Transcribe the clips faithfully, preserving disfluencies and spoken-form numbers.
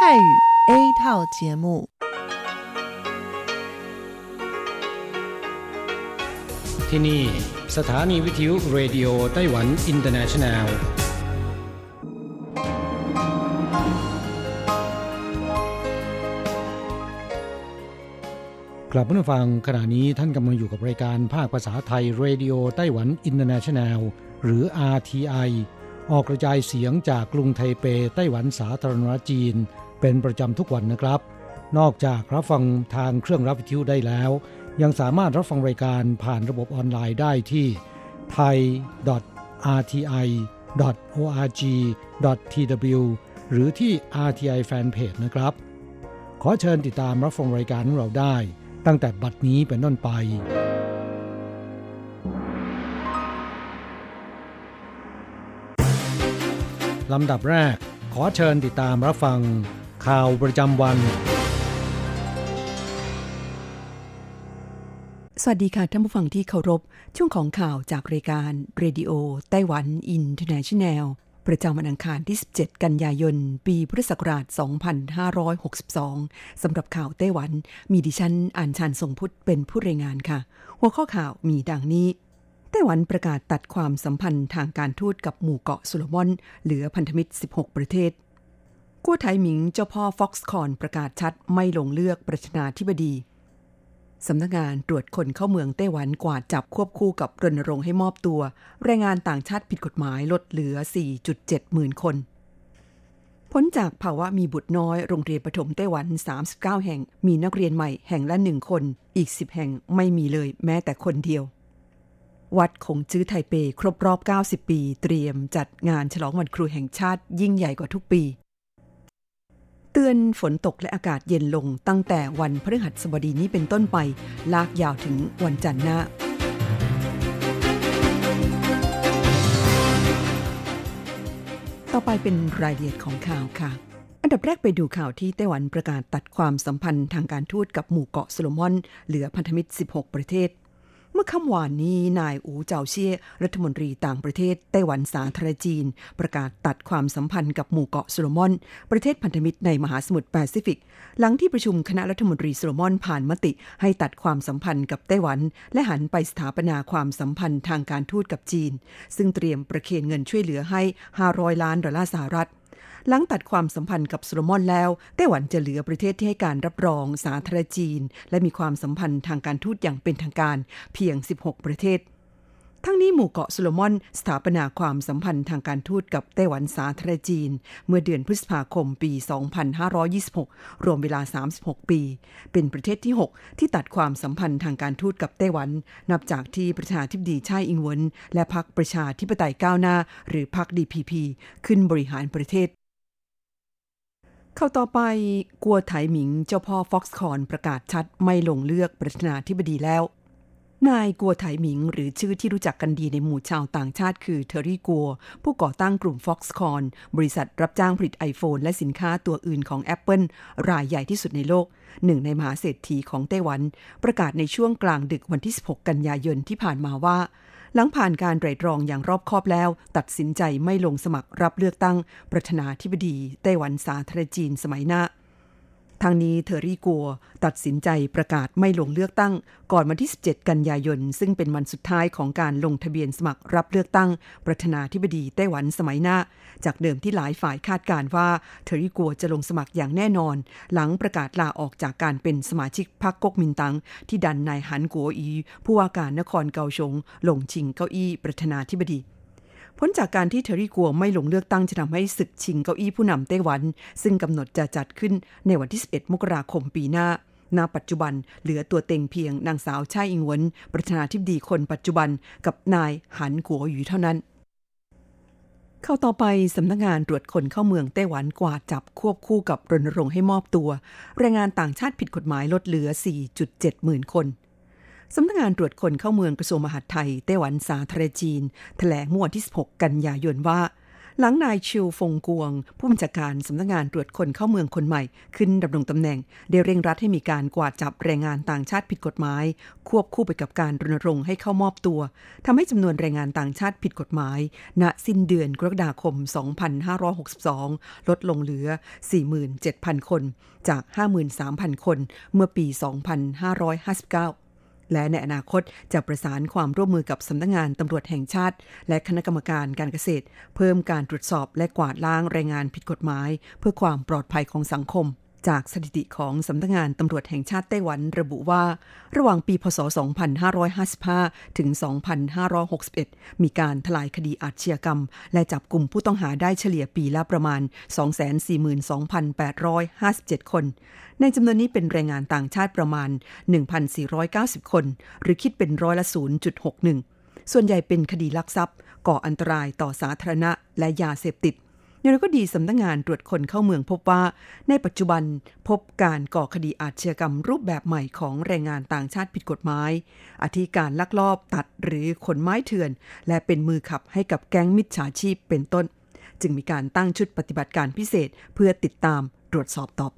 泰语 A 套节目ที่นี่สถานีวิทยุเรดิโอไต้หวันอินเตอร์เนชั่นแนลกลับมาฟังขณะนี้ท่านกำลังอยู่กับรายการภาคภาษาไทยเรดิโอไต้หวันอินเตอร์เนชั่นแนลหรือ อาร์ ที ไอ ออกกระจายเสียงจากกรุงไทเปไต้หวันสาธารณรัฐจีนเป็นประจำทุกวันนะครับนอกจากรับฟังทางเครื่องรับวิทยุได้แล้วยังสามารถรับฟังรายการผ่านระบบออนไลน์ได้ที่ ไทย ดอท อาร์ ที ไอ ดอท โอ อาร์ จี ดอท ที ดับเบิลยู หรือที่ อาร์ ที ไอ Fanpage นะครับขอเชิญติดตามรับฟังรายการของเราได้ตั้งแต่บัดนี้เป็นต้นไปลำดับแรกขอเชิญติดตามรับฟังข่าวประจำวันสวัสดีค่ะท่านผู้ฟังที่เคารพช่วงของข่าวจากรายการเรดิโอไต้หวันอินเตอร์เนชั่นแนลประจำวันอังคารที่สิบเจ็ดกันยายนปีพุทธศักราชสองพันห้าร้อยหกสิบสองสำหรับข่าวไต้หวันมีดิฉันอัญชันทรงพุทธเป็นผู้รายงานค่ะหัวข้อข่าวมีดังนี้ไต้หวันประกาศตัดความสัมพันธ์ทางการทูตกับหมู่เกาะโซโลมอนเหลือพันธมิตรสิบหกประเทศกัวไถหมิงเจ้าพ่อฟ็อกซ์คอนประกาศชัดไม่ลงเลือกประธานาธิบดีสำนักงานตรวจคนเข้าเมืองไต้หวันกวาดจับควบคู่กับรณรงค์ให้มอบตัวแรงงานต่างชาติผิดกฎหมายลดเหลือ สี่จุดเจ็ด หมื่นคนพ้นจากภาวะมีบุตรน้อยโรงเรียนประถมไต้หวันสามสิบเก้าแห่งมีนักเรียนใหม่แห่งละหนึ่งคนอีกสิบแห่งไม่มีเลยแม้แต่คนเดียววัดคงจื้อไทเปครบรอบเก้าสิบปีเตรียมจัดงานฉลองวันครูแห่งชาติยิ่งใหญ่กว่าทุกปีเตือนฝนตกและอากาศเย็นลงตั้งแต่วันพฤหัสบดีนี้เป็นต้นไปลากยาวถึงวันจันทร์หน้าต่อไปเป็นรายละเอียดของข่าวค่ะอันดับแรกไปดูข่าวที่ไต้หวันประกาศตัดความสัมพันธ์ทางการทูตกับหมู่เกาะโซโลมอนเหลือพันธมิตรสิบหกประเทศเมื่อค่ำวานนี้นายอู๋เจาเชี่ยรัฐมนตรีต่างประเทศไต้หวันสาธารณรัฐจีนประกาศตัดความสัมพันธ์กับหมู่เกาะโซโลมอนประเทศพันธมิตรในมหาสมุทรแปซิฟิกหลังที่ประชุมคณะรัฐมนตรีโซโลมอนผ่านมติให้ตัดความสัมพันธ์กับไต้หวันและหันไปสถาปนาความสัมพันธ์ทางการทูตกับจีนซึ่งเตรียมประเคนเงินช่วยเหลือให้ห้าร้อยล้านดอลลาร์สหรัฐหลังตัดความสัมพันธ์กับโซโลมอนแล้วไต้หวันจะเหลือประเทศที่ให้การรับรองสาธารณรัฐจีนและมีความสัมพันธ์ทางการทูตอย่างเป็นทางการเพียงสิบหกประเทศทั้งนี้หมู่เกาะโซโลมอนสถาปนาความสัมพันธ์ทางการทูตกับไต้หวันสาธารณรัฐจีนเมื่อเดือนพฤษภาคมปีสองพันห้าร้อยยี่สิบหกรวมเวลาสามสิบหกปีเป็นประเทศที่หกที่ตัดความสัมพันธ์ทางการทูตกับไต้หวันนับจากที่ประธานาธิบดีไช่อิงเหวินและพรรคประชาธิปไตยก้าวหน้าหรือพรรค ดี พี พี ขึ้นบริหารประเทศเข้าต่อไปกัวไถหมิงเจ้าพ่อฟ็อกซ์คอนประกาศชัดไม่ลงเลือกประธานาธิบดีแล้วนายกัวไถหมิงหรือชื่อที่รู้จักกันดีในหมู่ชาวต่างชาติคือเทอร์รี่กัวผู้ก่อตั้งกลุ่ม Foxconn บริษัทรับจ้างผลิต iPhone และสินค้าตัวอื่นของ Apple รายใหญ่ที่สุดในโลกหนึ่งในมหาเศรษฐีของไต้หวันประกาศในช่วงกลางดึกวันที่สิบหกกันยายนที่ผ่านมาว่าหลังผ่านการไตร่ตรองอย่างรอบคอบแล้วตัดสินใจไม่ลงสมัครรับเลือกตั้งประธานาธิบดีไต้หวันสาธารณรัฐจีนสมัยหน้าทางนี้เทอร์รี่กัวตัดสินใจประกาศไม่ลงเลือกตั้งก่อนวันที่สิบเจ็ดกันยายนซึ่งเป็นวันสุดท้ายของการลงทะเบียนสมัครรับเลือกตั้งประธานาธิบดีไต้หวันสมัยหน้าจากเดิมที่หลายฝ่ายคาดการณ์ว่าเทอร์รี่กัวจะลงสมัครอย่างแน่นอนหลังประกาศลาออกจากการเป็นสมาชิกพรรคก๊กมินตั๋งที่ดันนายหันกัวอีผู้ว่าการนครเกาฉงลงชิงเก้าอี้ประธานาธิบดีพ้นจากการที่เทอร์รี่กัวไม่ลงเลือกตั้งจะทำให้ศึกชิงเก้าอี้ผู้นำไต้หวันซึ่งกำหนดจะจัดขึ้นในวันที่สิบเอ็ดมกราคมปีหน้าณปัจจุบันเหลือตัวเต็งเพียงนางสาวไช่อิงเหวินประธานาธิบดีคนปัจจุบันกับนายหันกัวหยูเท่านั้นเข้าต่อไปสำนักงานตรวจคนเข้าเมืองไต้หวันกวาดจับควบคู่กับรณรงค์ให้มอบตัวแรงงานต่างชาติผิดกฎหมายลดเหลือ สี่จุดเจ็ด หมื่นคนสำนักงานตรวจคนเข้าเมืองกระทรวงมหาดไทยไต้หวันสาธารณรัฐจีนแถลงเมื่อวันที่สิบหกกันยายนว่าหลังนายชิวฟงกวงผู้บัญชาการสำนักงานตรวจคนเข้าเมืองคนใหม่ขึ้นดำรงตำแหน่งได้เร่งรัดให้มีการกวาดจับแรงงานต่างชาติผิดกฎหมายควบคู่ไปกับการรณรงค์ให้เข้ามอบตัวทำให้จำนวนแรงงานต่างชาติผิดกฎหมายณสิ้นเดือนกรกฎาคมสองพันห้าร้อยหกสิบสองลดลงเหลือ สี่หมื่นเจ็ดพัน คนจาก ห้าหมื่นสามพัน คนเมื่อปีสองพันห้าร้อยห้าสิบเก้าและในอนาคตจะประสานความร่วมมือกับสำนักงานตำรวจแห่งชาติและคณะกรรมการการเกษตรเพิ่มการตรวจสอบและกวาดล้างแรงงานผิดกฎหมายเพื่อความปลอดภัยของสังคมจากสถิติของสำนักงานตำรวจแห่งชาติไต้หวันระบุว่าระหว่างปีพ.ศ. สองพันห้าร้อยห้าสิบห้า ถึง สองพันห้าร้อยหกสิบเอ็ด มีการทลายคดีอาชญากรรมและจับกลุ่มผู้ต้องหาได้เฉลี่ยปีละประมาณ สองแสนสี่หมื่นสองพันแปดร้อยห้าสิบเจ็ด คนในจำนวนนี้เป็นแรงงานต่างชาติประมาณ หนึ่งพันสี่ร้อยเก้าสิบ คนหรือคิดเป็นร้อยละ ศูนย์จุดหกหนึ่ง ส่วนใหญ่เป็นคดีลักทรัพย์ก่ออันตรายต่อสาธารณะและยาเสพติดอย่างไรก็ดีสำนักงานตรวจคนเข้าเมืองพบว่าในปัจจุบันพบการก่อคดีอาชญากรรมรูปแบบใหม่ของแรงงานต่างชาติผิดกฎหมายอาทิการลักลอบตัดหรือขนไม้เถื่อนและเป็นมือขับให้กับแก๊งมิจฉาชีพเป็นต้นจึงมีการตั้งชุดปฏิบัติการพิเศษเพื่อติดตามตรวจสอบต่อไป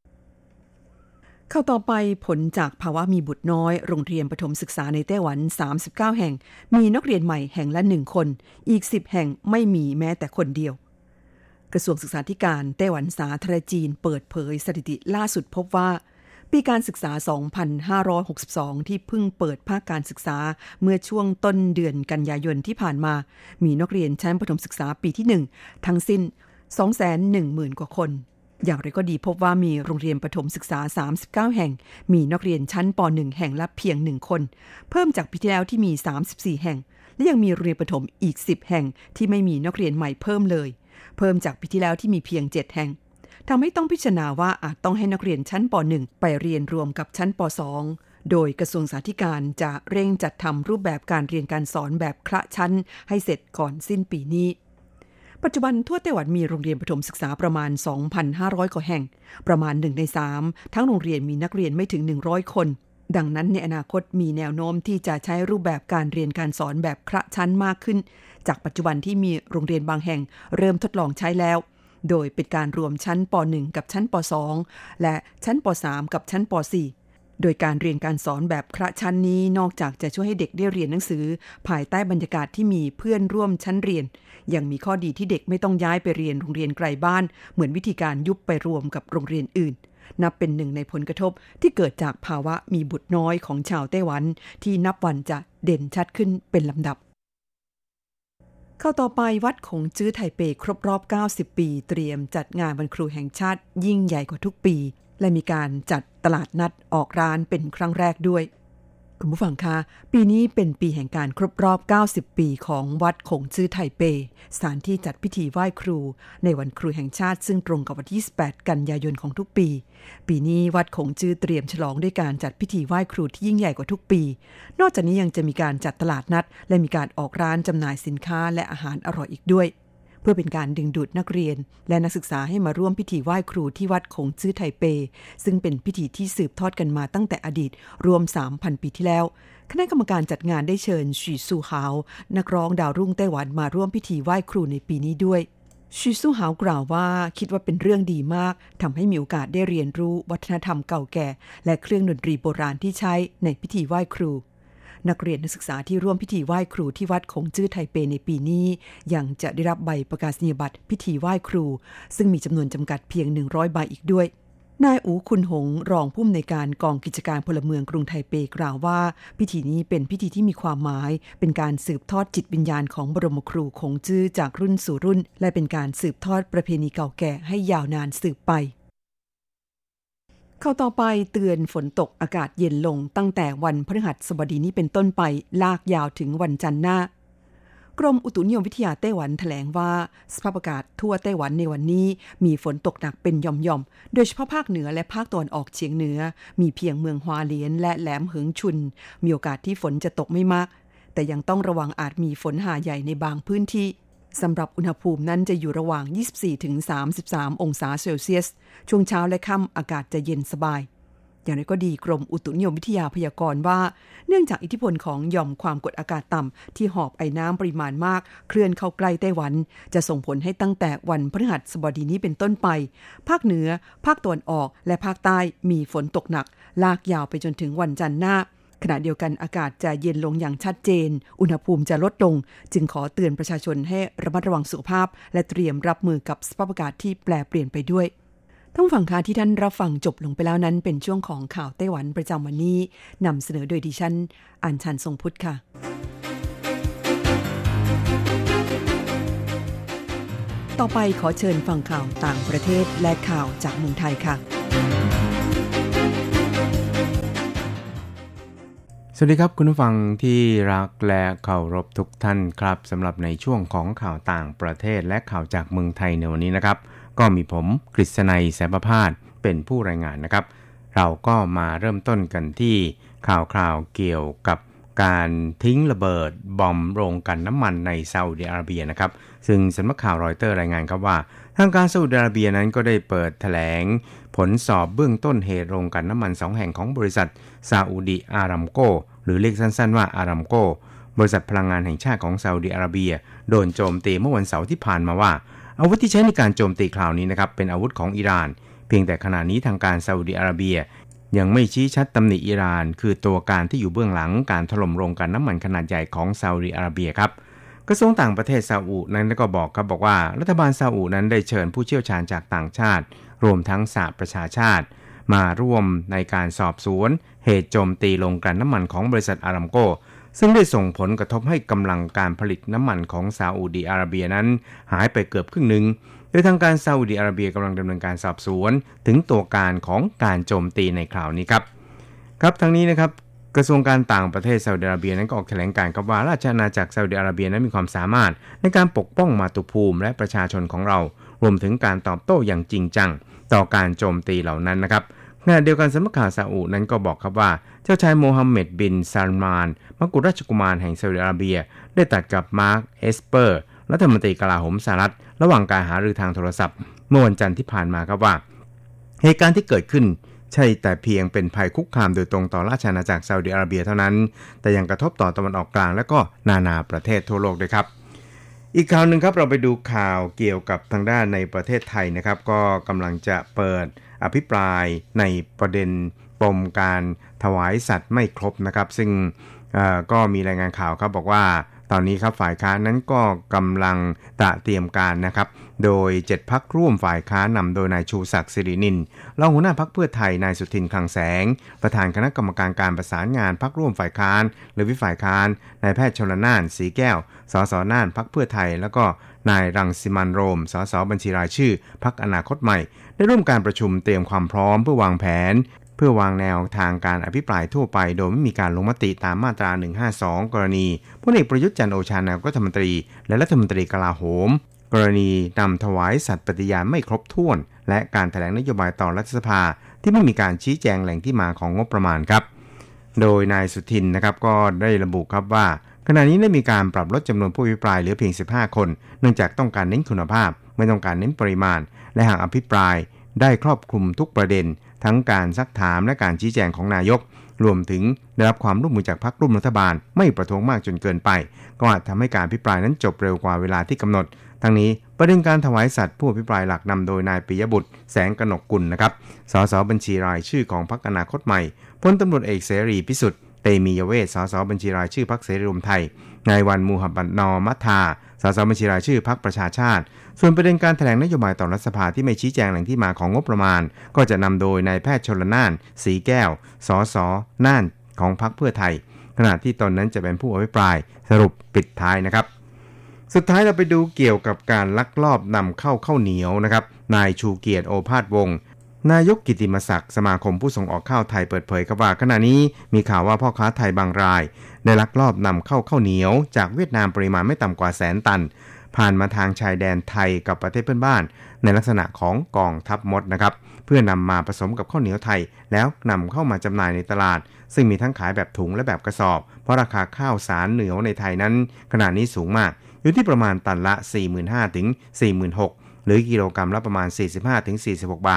เข้าต่อไปผลจากภาวะมีบุตรน้อยโรงเรียนประถมศึกษาในไต้หวันสามสิบเก้าแห่งมีนักเรียนใหม่แห่งละหนึ่งคนอีกสิบแห่งไม่มีแม้แต่คนเดียวกระทรวงศึกษาธิการไต้หวันสาธารณจีนเปิดเผยสถิติล่าสุดพบว่าปีการศึกษาสองพันห้าร้อยหกสิบสองที่เพิ่งเปิดภาคการศึกษาเมื่อช่วงต้นเดือนกันยายนที่ผ่านมามีนักเรียนชั้นประถมศึกษาปีที่หนึ่งทั้งสิ้น สองแสนหนึ่งหมื่น กว่าคนอย่างไรก็ดีพบว่ามีโรงเรียนประถมศึกษาสามสิบเก้าแห่งมีนักเรียนชั้นป หนึ่ง แห่งละเพียงหนึ่งคนเพิ่มจากปีที่แล้วที่มีสามสิบสี่แห่งและยังมีโรงเรียนประถมอีกสิบแห่งที่ไม่มีนักเรียนใหม่เพิ่มเลยเพิ่มจากปีที่แล้วที่มีเพียงเจ็ดแห่งทำให้ต้องพิจารณาว่าอาจต้องให้นักเรียนชั้นป หนึ่ง ไปเรียนรวมกับชั้นป สอง โดยกระทรวงศึกษาธิการจะเร่งจัดทำรูปแบบการเรียนการสอนแบบคละชั้นให้เสร็จก่อนสิ้นปีนี้ปัจจุบันทั่วไต้หวันมีโรงเรียนประถมศึกษาประมาณ สองพันห้าร้อย กว่าแห่งประมาณหนึ่งในสามทั้งโรงเรียนมีนักเรียนไม่ถึงหนึ่งร้อยคนดังนั้นในอนาคตมีแนวโน้มที่จะใช้รูปแบบการเรียนการสอนแบบคละชั้นมากขึ้นจากปัจจุบันที่มีโรงเรียนบางแห่งเริ่มทดลองใช้แล้วโดยเป็นการรวมชั้นป หนึ่ง กับชั้นป สอง และชั้นป สาม กับชั้นป สี่ โดยการเรียนการสอนแบบคละชั้นนี้นอกจากจะช่วยให้เด็กได้เรียนหนังสือภายใต้บรรยากาศที่มีเพื่อนร่วมชั้นเรียนยังมีข้อดีที่เด็กไม่ต้องย้ายไปเรียนโรงเรียนไกลบ้านเหมือนวิธีการยุบไปรวมกับโรงเรียนอื่นนับเป็นหนึ่งในผลกระทบที่เกิดจากภาวะมีบุตรน้อยของชาวไต้หวันที่นับวันจะเด่นชัดขึ้นเป็นลำดับเข้าต่อไปวัดคงจื้อไทเปครบรอบเก้าสิบปีเตรียมจัดงานวันครูแห่งชาติยิ่งใหญ่กว่าทุกปีและมีการจัดตลาดนัดออกร้านเป็นครั้งแรกด้วยคุณผู้ฟังคะปีนี้เป็นปีแห่งการครบรอบเก้าสิบปีของวัดคงจื้อไทเปสถานที่จัดพิธีไหว้ครูในวันครูแห่งชาติซึ่งตรงกับวันที่ยี่สิบแปดกันยายนของทุกปีปีนี้วัดคงจื้อเตรียมฉลองด้วยการจัดพิธีไหว้ครูที่ยิ่งใหญ่กว่าทุกปีนอกจากนี้ยังจะมีการจัดตลาดนัดและมีการออกร้านจำหน่ายสินค้าและอาหารอร่อยอีกด้วยเพื่อเป็นการดึงดูดนักเรียนและนักศึกษาให้มาร่วมพิธีไหว้ครูที่วัดคงจื้อไทเปซึ่งเป็นพิธีที่สืบทอดกันมาตั้งแต่อดีตรวม สามพัน ปีที่แล้วคณะกรรมการจัดงานได้เชิญฉีซูฮาวนักร้องดาวรุ่งไต้หวันมาร่วมพิธีไหว้ครูในปีนี้ด้วยฉีซูฮาวกล่าวว่าคิดว่าเป็นเรื่องดีมากทำให้มีโอกาสได้เรียนรู้วัฒนธรรมเก่าแก่และเครื่องดนตรีโบราณที่ใช้ในพิธีไหว้ครูนักเรียนนักศึกษาที่ร่วมพิธีไหว้ครูที่วัดคงจื้อไทเปในปีนี้ยังจะได้รับใบประกาศนียบัตรพิธีไหว้ครูซึ่งมีจำนวนจำกัดเพียงหนึ่งร้อยใบอีกด้วยนายอู๋คุนหงรองผู้อำนวยการกองกิจการพลเมืองกรุงไทเปกล่าวว่าพิธีนี้เป็นพิธีที่มีความหมายเป็นการสืบทอดจิตวิญญาณของบรมครูคงจื้อจากรุ่นสู่รุ่นและเป็นการสืบทอดประเพณีเก่าแก่ให้ยาวนานสืบไปเข้าต่อไปเตือนฝนตกอากาศเย็นลงตั้งแต่วันพฤหัสบดีนี้เป็นต้นไปลากยาวถึงวันจันทร์หน้ากรมอุตุนิยมวิทยาไต้หวันแถลงว่าสภาพอากาศทั่วไต้หวันในวันนี้มีฝนตกหนักเป็นหย่อมๆโดยเฉพาะภาคเหนือและภาคตะวันออกเฉียงเหนือมีเพียงเมืองฮวาเลียนและแหลมเหิงชุนมีโอกาสที่ฝนจะตกไม่มากแต่ยังต้องระวังอาจมีฝนหาใหญ่ในบางพื้นที่สำหรับอุณหภูมินั้นจะอยู่ระหว่าง ยี่สิบสี่ถึงสามสิบสาม องศาเซลเซียสช่วงเช้าและค่ำอากาศจะเย็นสบายอย่างไรก็ดีกรมอุตุนิยมวิทยาพยากรณ์ว่าเนื่องจากอิทธิพลของหย่อมความกดอากาศต่ำที่หอบไอน้ำปริมาณมากเคลื่อนเข้าใกล้ไต้หวันจะส่งผลให้ตั้งแต่วันพฤหัสบดีนี้เป็นต้นไปภาคเหนือภาคตะวันออกและภาคใต้มีฝนตกหนักลากยาวไปจนถึงวันจันทร์หน้าขณะเดียวกันอากาศจะเย็นลงอย่างชัดเจนอุณหภูมิจะลดลงจึงขอเตือนประชาชนให้ระมัดระวังสุขภาพและเตรียมรับมือกับสภาพอากาศที่แปรเปลี่ยนไปด้วยท่านฟังค่ะที่ท่านรับฟังจบลงไปแล้วนั้นเป็นช่วงของข่าวไต้หวันประจำวันนี้นำเสนอโดยดิฉันอัญชันทรงพุทธค่ะต่อไปขอเชิญฟังข่าวต่างประเทศและข่าวจากเมืองไทยค่ะสวัสดีครับคุณผู้ฟังที่รักและเคารพทุกท่านครับสำหรับในช่วงของข่าวต่างประเทศและข่าวจากเมืองไทยในวันนี้นะครับก็มีผมกฤษณัยแสนประภาสเป็นผู้รายงานนะครับเราก็มาเริ่มต้นกันที่ข่าวคราวเกี่ยวกับการทิ้งระเบิดบอมโรงกลั่นน้ำมันในซาอุดิอาระเบียนะครับซึ่งสำนักข่าวรอยเตอร์รายงานครับว่าทางการซาอุดิอาระเบียนั้นก็ได้เปิดแถลงผลสอบเบื้องต้นเหตุโรงกลั่นน้ำมันสองแห่งของบริษัทซาอุดิอารัมโกหรือเรียกสั้นๆว่าอารัมโกบริษัทพลังงานแห่งชาติของซาอุดิอาระเบียโดนโจมตีเมื่อวันเสาร์ที่ผ่านมาว่าอาวุธที่ใช้ในการโจมตีคราวนี้นะครับเป็นอาวุธของอิหร่านเพียงแต่ขณะนี้ทางการซาอุดิอาระเบียยังไม่ชี้ชัดตำหนิอิหร่านคือตัวการที่อยู่เบื้องหลังการถล่มโรงกลั่นน้ำมันขนาดใหญ่ของซาอุดิอาระเบียครับกระทรวงต่างประเทศซาอุนั้นก็บอกครับบอกว่ารัฐบาลซาอุนั้นได้เชิญผู้เชี่ยวชาญจากต่างชาติรวมทั้งสหประชาชาติมาร่วมในการสอบสวนเหตุโจมตีโรงกลั่นน้ำมันของบริษัทอารัมโกซึ่งได้ส่งผลกระทบให้กำลังการผลิตน้ำมันของซาอุดิอาระเบียนั้นหายไปเกือบครึ่งหนึ่งโดยทางการซาอุดิอาระเบียกำลังดำเนินการสอบสวนถึงตัวการของการโจมตีในคราวนี้ครับครับทั้งนี้นะครับกระทรวงการต่างประเทศซาอุดิอาระเบียนั้นก็ออกแถลงการณ์ครับว่าราชอาณาจักรซาอุดิอาระเบียนั้นมีความสามารถในการปกป้องมาตุภูมิและประชาชนของเรารวมถึงการตอบโต้อย่างจริงจังต่อการโจมตีเหล่านั้นนะครับขณะเดียวกันสำนักข่าวซาอุนั้นก็บอกครับว่าเจ้าชายโมฮัมเหม็ดบินซาลมานมกุฎราชกุมารแห่งซาอุดิอาระเบียได้ตัดกับมาร์คเอสเปอร์รัฐมนตรีกลาโหมสหรัฐระหว่างการหารือทางโทรศัพท์เมื่อวันจันทร์ที่ผ่านมาครับว่าเหตุการณ์ที่เกิดขึ้นใช่แต่เพียงเป็นภัยคุกคามโดยตรงต่อราชอาณาจักรซาอุดิอาระเบียเท่านั้นแต่ยังกระทบต่อตะวันออกกลางและก็นานาประเทศทั่วโลกด้วยครับอีกข่าวหนึ่งครับเราไปดูข่าวเกี่ยวกับทางด้านในประเทศไทยนะครับก็กำลังจะเปิดอภิปรายในประเด็นปมการถวายสัตว์ไม่ครบนะครับซึ่งก็มีรายงานข่าวครับบอกว่าตอนนี้ครับฝ่ายค้านนั้นก็กำลังตระเตรียมการนะครับโดยเจ็ดพรรคร่วมฝ่ายค้านนำโดยนายชูศักดิ์สิรินินรองหัวหน้าพรรคเพื่อไทยนายสุทินคลังแสงประธานคณะกรรมการการประสานงานพรรคร่วมฝ่ายค้านหรือวิฝ่ายค้านนายแพทย์ชลน่านสีแก้วสสน่านพรรคเพื่อไทยแล้วก็นายรังสิมันต์โรมสสบัญชีรายชื่อพรรคอนาคตใหม่ได้ร่วมการประชุมเตรียมความพร้อมเพื่อวางแผนเพื่อวางแนวทางการอภิปรายทั่วไปโดยไม่มีการลงมติตามมาตราหนึ่งห้าสองกรณีพลเอกประยุทธ์จันทร์โอชานายกรัฐมนตรีและรัฐมนตรีกลาโหมกรณีนำถวายสัตย์ปฏิญาณไม่ครบถ้วนและการแถลงนโยบายต่อรัฐสภาที่ไม่มีการชี้แจงแหล่งที่มาของงบประมาณครับโดยนายสุทินนะครับก็ได้ระบุครับว่าขณะนี้ได้มีการปรับลดจำนวนผู้อภิปรายเหลือเพียงสิบห้าคนเนื่องจากต้องการเน้นคุณภาพไม่ต้องการเน้นปริมาณและหากอภิปรายได้ครอบคลุมทุกประเด็นทั้งการซักถามและการชี้แจงของนายกรวมถึงได้รับความร่วมมือจากพรรคร่วมรัฐบาลไม่ประท้วงมากจนเกินไปก็อาจทำให้การอภิปรายนั้นจบเร็วกว่าเวลาที่กำหนดทั้งนี้ประเด็นการถวายสัตว์ผู้อภิปรายหลักนำโดยนายปิยบุตรแสงกนกกุลนะครับสสบัญชีรายชื่อของพรรคอนาคตใหม่พลตำรวจเอกเสรีพิสุทธิ์เตมียเวทสสบัญชีรายชื่อพรรคเสรีรวมไทยนายวันมูฮัมหมัดนอมัทธาสสบัญชีรายชื่อพรรคประชาชาติส่วนประเด็นการแถลงนโยบายต่อรัฐสภาที่ไม่ชี้แจงแหล่งที่มาของงบประมาณก็จะนำโดยนายแพทย์ชลน่านสีแก้วสสน่านของพรรคเพื่อไทยขณะที่ตนนั้นจะเป็นผู้อภิปรายสรุปปิดท้ายนะครับสุดท้ายเราไปดูเกี่ยวกับการลักลอบนำเข้าข้าวเหนียวนะครับนายชูเกียรติโอภาสวงศ์นายกกิตติมศักดิ์สมาคมผู้ส่งออกข้าวไทยเปิดเผยครับว่าขณะนี้มีข่าวว่าพ่อค้าไทยบางรายได้ลักลอบนำเข้าข้าวเหนียวจากเวียดนามปริมาณไม่ต่ำกว่าแสนตันผ่านมาทางชายแดนไทยกับประเทศเพื่อนบ้านในลักษณะของกองทัพมดนะครับเพื่อนำมาผสมกับข้าวเหนียวไทยแล้วนำเข้ามาจำหน่ายในตลาดซึ่งมีทั้งขายแบบถุงและแบบกระสอบเพราะราคาข้าวสารเหนียวในไทยนั้นขณะนี้สูงมากอยู่ที่ประมาณตันละ สี่หมื่นห้าพัน ถึง สี่หมื่นหกพัน หรือกิโลกรัมละประมาณ สี่สิบห้าถึงสี่สิบหก บาท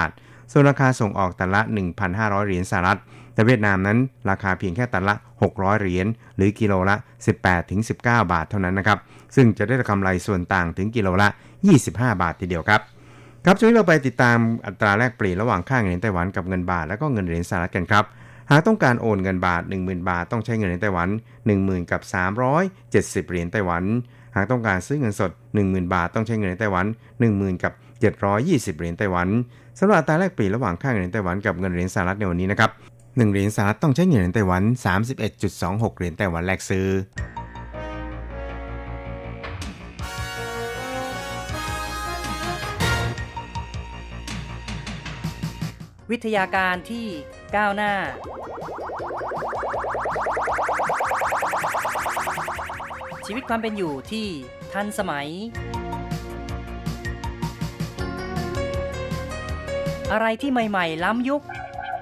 ส่วนราคาส่งออกตันละ หนึ่งพันห้าร้อย เหรียญสหรัฐแต่เวียดนามนั้นราคาเพียงแค่ตันละหกร้อยเหรียญหรือกิโลละ สิบแปดถึงสิบเก้า บาทเท่านั้นนะครับซึ่งจะได้กำไรส่วนต่างถึงกิโลละยี่สิบห้าบาททีเดียวครับครับช่วงนี้เราไปติดตามอัตราแลกเปลี่ยนระหว่างค่าเงินไต้หวันกับเงินบาทและก็เงินเหรียญสหรัฐกันครับหากต้องการโอนเงินบาท หนึ่งหมื่น บาทต้องใช้เงินเหรียญไต้หวัน หนึ่งหมื่น กับสามร้อยเจ็ดสิบเหรียญไต้หวันหากต้องการซื้อเงินสด หนึ่งหมื่น บาทต้องใช้เงินเหรียญไต้หวัน หนึ่งหมื่น กับเจ็ดร้อยยี่สิบเหรียญไต้หวันสำหรับอัตราแลกเปลี่ยนระหว่างค่าเงินไต้หวันกับเงินเหรียญสหรัฐในวันนี้นะครับหนึ่งเหรียญสหรัฐต้องใช้เงินเหรียญไต้หวัน สามสิบเอ็ดจุดสองหก เหรียญไต้หวันแลกซื้อวิทยาการที่ก้าวหน้าชีวิตความเป็นอยู่ที่ทันสมัยอะไรที่ใหม่ๆล้ำยุค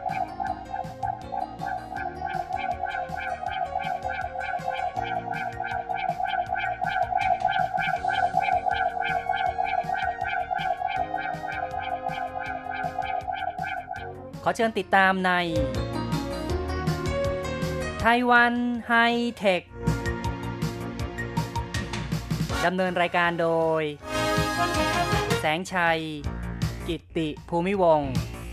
ขอเชิญติดตามในไต้หวันไฮเทคดำเนินรายการโดยแสงชัยกิตติภูมิวงศ์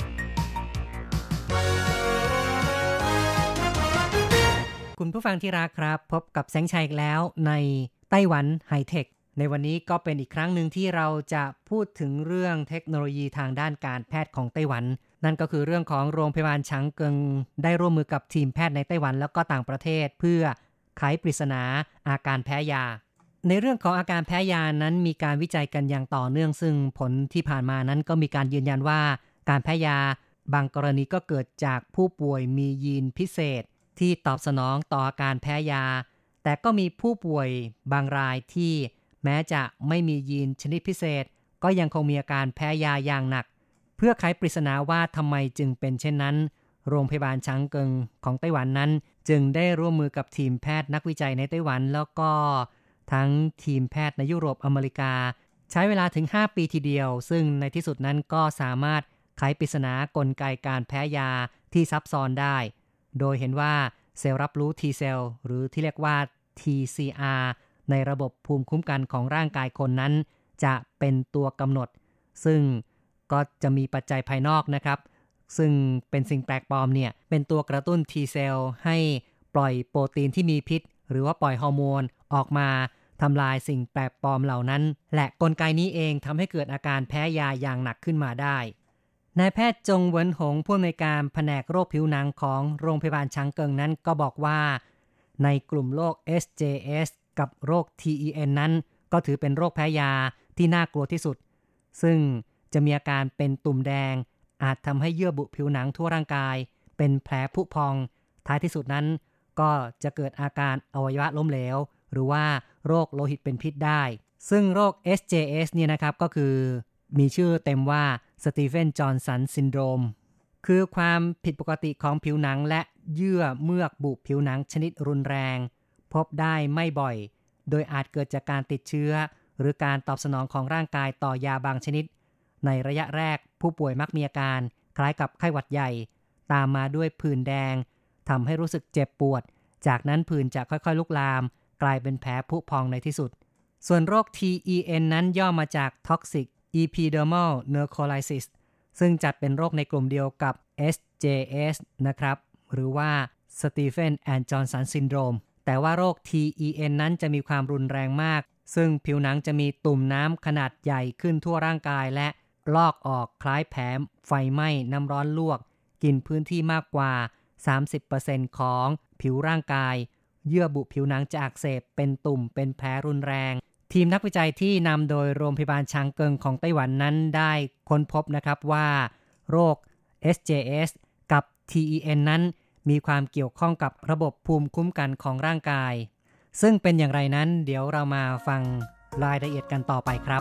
คุณผู้ฟังที่รักครับพบกับแสงชัยอีกแล้วในไต้หวันไฮเทคในวันนี้ก็เป็นอีกครั้งหนึ่งที่เราจะพูดถึงเรื่องเทคโนโลยีทางด้านการแพทย์ของไต้หวันนั่นก็คือเรื่องของโรงพยาบาลฉางเกิงได้ร่วมมือกับทีมแพทย์ในไต้หวันแล้วก็ต่างประเทศเพื่อไขปริศนาอาการแพ้ยาในเรื่องของอาการแพ้ยานั้นมีการวิจัยกันอย่างต่อเนื่องซึ่งผลที่ผ่านมานั้นก็มีการยืนยันว่าการแพ้ยาบางกรณีก็เกิดจากผู้ป่วยมียีนพิเศษที่ตอบสนองต่ออาการแพ้ยาแต่ก็มีผู้ป่วยบางรายที่แม้จะไม่มียีนชนิดพิเศษก็ยังคงมีอาการแพ้ยาอย่างหนักเพื่อไขปริศนาว่าทำไมจึงเป็นเช่นนั้นโรงพยาบาลฉางเกิงของไต้หวันนั้นจึงได้ร่วมมือกับทีมแพทย์นักวิจัยในไต้หวันแล้วก็ทั้งทีมแพทย์ในยุโรปอเมริกาใช้เวลาถึงห้าปีทีเดียวซึ่งในที่สุดนั้นก็สามารถไขปริศนากลไกการแพ้ยาที่ซับซ้อนได้โดยเห็นว่าเซลล์รับรู้ T เซลล์หรือที่เรียกว่า ที ซี อาร์ ในระบบภูมิคุ้มกันของร่างกายคนนั้นจะเป็นตัวกำหนดซึ่งก็จะมีปัจจัยภายนอกนะครับซึ่งเป็นสิ่งแปลกปลอมเนี่ยเป็นตัวกระตุ้น T เซลล์ให้ปล่อยโปรตีนที่มีพิษหรือว่าปล่อยฮอร์โมนออกมาทำลายสิ่งแปลกปลอมเหล่านั้นและกลไกนี้เองทำให้เกิดอาการแพ้ยาอย่างหนักขึ้นมาได้นายแพทย์จงเหวินหงผู้อำนวยการแผนกโรคผิวหนังของโรงพยาบาลฉางเกิงนั้นก็บอกว่าในกลุ่มโรค เอส เจ เอส กับโรค ที อี เอ็น นั้นก็ถือเป็นโรคแพ้ยาที่น่ากลัวที่สุดซึ่งจะมีอาการเป็นตุ่มแดงอาจทำให้เยื่อบุผิวหนังทั่วร่างกายเป็นแผลผุพองท้ายที่สุดนั้นก็จะเกิดอาการอวัยวะล้มเหลวหรือว่าโรคโลหิตเป็นพิษได้ซึ่งโรค เอส เจ เอส เนี่ยนะครับก็คือมีชื่อเต็มว่าสตีเฟนจอห์นสันซินโดรมคือความผิดปกติของผิวหนังและเยื่อเมือกบุผิวหนังชนิดรุนแรงพบได้ไม่บ่อยโดยอาจเกิดจากการติดเชื้อหรือการตอบสนองของร่างกายต่อยาบางชนิดในระยะแรกผู้ป่วยมักมีอาการคล้ายกับไข้หวัดใหญ่ตามมาด้วยผื่นแดงทำให้รู้สึกเจ็บปวดจากนั้นผื่นจะค่อยๆลุกลามกลายเป็นแผลผุพองในที่สุดส่วนโรค ที อี เอ็น นั้นย่อมาจาก Toxic Epidermal Necrolysis ซึ่งจัดเป็นโรคในกลุ่มเดียวกับ เอส เจ เอส นะครับหรือว่า Stephen and Johnson Syndrome แต่ว่าโรค ที อี เอ็น นั้นจะมีความรุนแรงมากซึ่งผิวหนังจะมีตุ่มน้ำขนาดใหญ่ขึ้นทั่วร่างกายและลอกออกคล้ายแผลไฟไหม้น้ำร้อนลวกกินพื้นที่มากกว่า สามสิบเปอร์เซ็นต์ ของผิวร่างกายเยื่อบุผิวหนังจะอักเสบเป็นตุ่มเป็นแผลรุนแรงทีมนักวิจัยที่นำโดยโรงพยาบาลฉางเกิงของไต้หวันนั้นได้ค้นพบนะครับว่าโรค เอส เจ เอส กับ ที อี เอ็น นั้นมีความเกี่ยวข้องกับระบบภูมิคุ้มกันของร่างกายซึ่งเป็นอย่างไรนั้นเดี๋ยวเรามาฟังรายละเอียดกันต่อไปครับ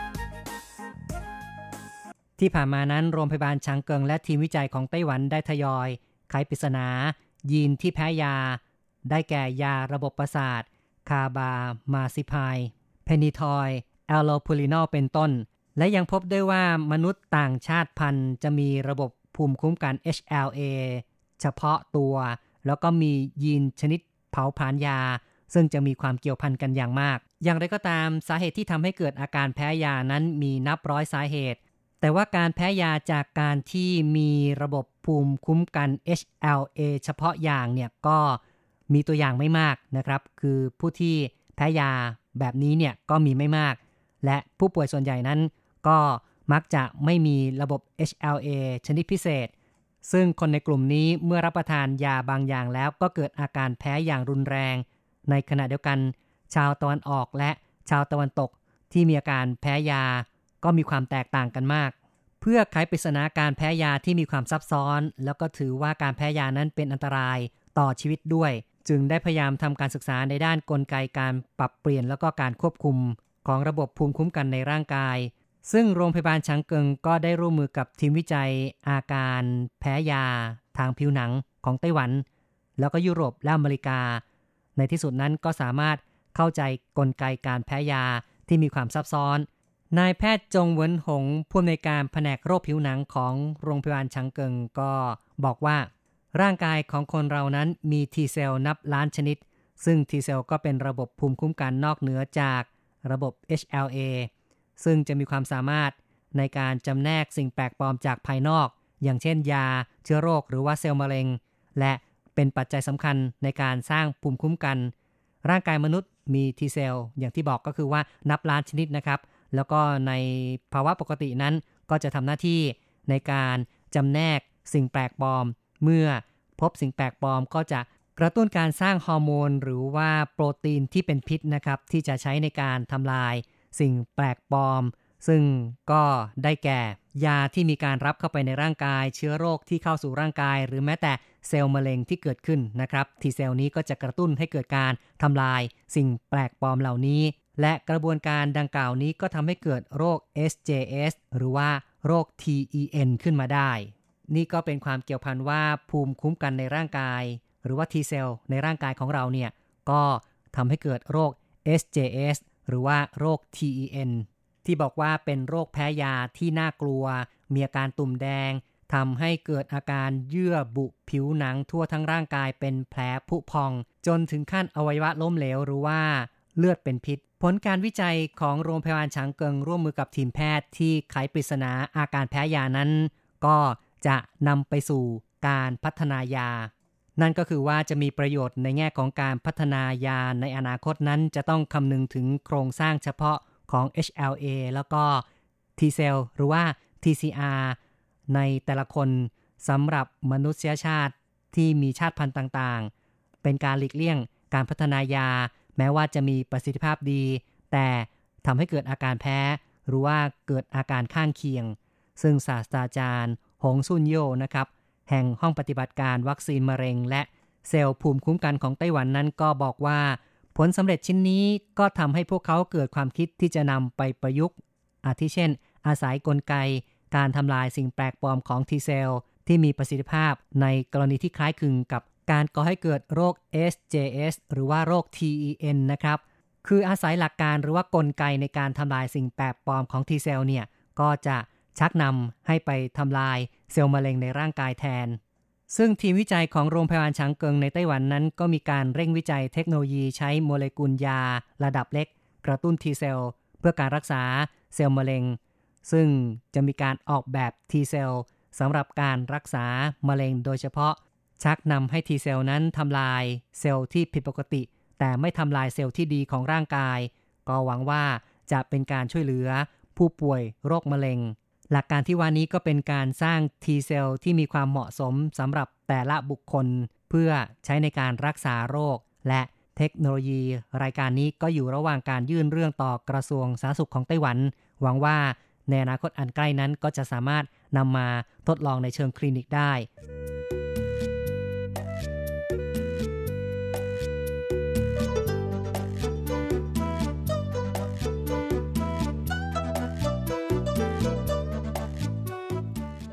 ที่ผ่านมานั้นโรงพยาบาลฉางเกิงและทีมวิจัยของไต้หวันได้ทยอยไขปริศนายีนที่แพ้ยาได้แก่ยาระบบประสาทคาบามาซิพายเพนิทอยแอลโลพูลินอลเป็นต้นและยังพบด้วยว่ามนุษย์ต่างชาติพันธุ์จะมีระบบภูมิคุ้มกัน เอช แอล เอ เฉพาะตัวแล้วก็มียีนชนิดเผาผลาญยาซึ่งจะมีความเกี่ยวพันกันอย่างมากอย่างไรก็ตามสาเหตุที่ทำให้เกิดอาการแพ้ยานั้นมีนับร้อยสาเหตุแต่ว่าการแพ้ยาจากการที่มีระบบภูมิคุ้มกัน เอช แอล เอ เฉพาะอย่างเนี่ยก็มีตัวอย่างไม่มากนะครับคือผู้ที่แพ้ยาแบบนี้เนี่ยก็มีไม่มากและผู้ป่วยส่วนใหญ่นั้นก็มักจะไม่มีระบบ เอช แอล เอ ชนิดพิเศษซึ่งคนในกลุ่มนี้เมื่อรับประทานยาบางอย่างแล้วก็เกิดอาการแพ้อย่างรุนแรงในขณะเดียวกันชาวตะวันออกและชาวตะวันตกที่มีอาการแพ้ยาก็มีความแตกต่างกันมากเพื่อไขปริศนาการแพ้ยาที่มีความซับซ้อนแล้วก็ถือว่าการแพ้ยานั้นเป็นอันตรายต่อชีวิตด้วยจึงได้พยายามทำการศึกษาในด้านกลไกการปรับเปลี่ยนแล้วก็การควบคุมของระบบภูมิคุ้มกันในร่างกายซึ่งโรงพยาบาลฉางเกิงก็ได้ร่วมมือกับทีมวิจัยอาการแพ้ยาทางผิวหนังของไต้หวันแล้วก็ยุโรปและอเมริกาในที่สุดนั้นก็สามารถเข้าใจกลไกการแพ้ยาที่มีความซับซ้อนนายแพทย์จงเหวินหงผู้อำนวยการแผนกโรคผิวหนังของโรงพยาบาลฉางเกิงก็บอกว่าร่างกายของคนเรานั้นมี T เซลล์นับล้านชนิดซึ่ง T เซลล์ก็เป็นระบบภูมิคุ้มกันนอกเหนือจากระบบ เอช แอล เอ ซึ่งจะมีความสามารถในการจำแนกสิ่งแปลกปลอมจากภายนอกอย่างเช่นยาเชื้อโรคหรือว่าเซลล์มะเร็งและเป็นปัจจัยสำคัญในการสร้างภูมิคุ้มกันร่างกายมนุษย์มี T เซลล์อย่างที่บอกก็คือว่านับล้านชนิดนะครับแล้วก็ในภาวะปกตินั้นก็จะทำหน้าที่ในการจำแนกสิ่งแปลกปลอมเมื่อพบสิ่งแปลกปลอมก็จะกระตุ้นการสร้างฮอร์โมนหรือว่าโปรตีนที่เป็นพิษนะครับที่จะใช้ในการทำลายสิ่งแปลกปลอมซึ่งก็ได้แก่ยาที่มีการรับเข้าไปในร่างกายเชื้อโรคที่เข้าสู่ร่างกายหรือแม้แต่เซลล์มะเร็งที่เกิดขึ้นนะครับทีเซลล์นี้ก็จะกระตุ้นให้เกิดการทำลายสิ่งแปลกปลอมเหล่านี้และกระบวนการดังกล่าวนี้ก็ทำให้เกิดโรค เอส เจ เอส หรือว่าโรค ที อี เอ็น ขึ้นมาได้นี่ก็เป็นความเกี่ยวพันว่าภูมิคุ้มกันในร่างกายหรือว่า T เซลล์ในร่างกายของเราเนี่ยก็ทำให้เกิดโรค เอส เจ เอส หรือว่าโรค ที อี เอ็น ที่บอกว่าเป็นโรคแพ้ยาที่น่ากลัวมีอาการตุ่มแดงทำให้เกิดอาการเยื่อบุผิวหนังทั่วทั้งร่างกายเป็นแผลผุพองจนถึงขั้นอวัยวะล้มเหลวหรือว่าเลือดเป็นพิษผลการวิจัยของโรงพยาบาลฉางเกิงร่วมมือกับทีมแพทย์ที่ไขปริศนาอาการแพ้ยานั้นก็จะนำไปสู่การพัฒนายานั่นก็คือว่าจะมีประโยชน์ในแง่ของการพัฒนายาในอนาคตนั้นจะต้องคำนึงถึงโครงสร้างเฉพาะของ เอช แอล เอ แล้วก็ T เซลล์หรือว่า ที ซี อาร์ ในแต่ละคนสำหรับมนุษยชาติที่มีชาติพันธุ์ต่างๆเป็นการหลีกเลี่ยงการพัฒนายาแม้ว่าจะมีประสิทธิภาพดีแต่ทำให้เกิดอาการแพ้หรือว่าเกิดอาการข้างเคียงซึ่งศาสตราจารย์หงซุนโยนะครับแห่งห้องปฏิบัติการวัคซีนมะเร็งและเซลล์ภูมิคุ้มกันของไต้หวันนั้นก็บอกว่าผลสำเร็จชิ้นนี้ก็ทำให้พวกเขาเกิดความคิดที่จะนำไปประยุกต์อาทิเช่นอาศัยกลไกการทำลายสิ่งแปลกปลอมของ T เซลล์ที่มีประสิทธิภาพในกรณีที่คล้ายคลึงกับการก่อให้เกิดโรค เอส เจ เอส หรือว่าโรค ที อี เอ็น นะครับคืออาศัยหลักการหรือว่ากลไกในการทำลายสิ่งแปลกปลอมของ T เซลล์เนี่ยก็จะชักนำให้ไปทำลายเซลล์มะเร็งในร่างกายแทนซึ่งทีมวิจัยของโรงพยาบาลฉางเกิงในไต้หวันนั้นก็มีการเร่งวิจัยเทคโนโลยีใช้โมเลกุลยาระดับเล็กกระตุ้น T เซลล์เพื่อการรักษาเซลล์มะเร็งซึ่งจะมีการออกแบบ T เซลล์สำหรับการรักษามะเร็งโดยเฉพาะชักนำให้ T เซลล์นั้นทำลายเซลล์ที่ผิดปกติแต่ไม่ทำลายเซลล์ที่ดีของร่างกายก็หวังว่าจะเป็นการช่วยเหลือผู้ป่วยโรคมะเร็งหลักการที่ว่านี้ก็เป็นการสร้าง T เซลล์ที่มีความเหมาะสมสำหรับแต่ละบุคคลเพื่อใช้ในการรักษาโรคและเทคโนโลยีรายการนี้ก็อยู่ระหว่างการยื่นเรื่องต่อกระทรวงสาธารณสุขของไต้หวันหวังว่าในอนาคตอันใกล้นั้นก็จะสามารถนำมาทดลองในเชิงคลินิกได้ค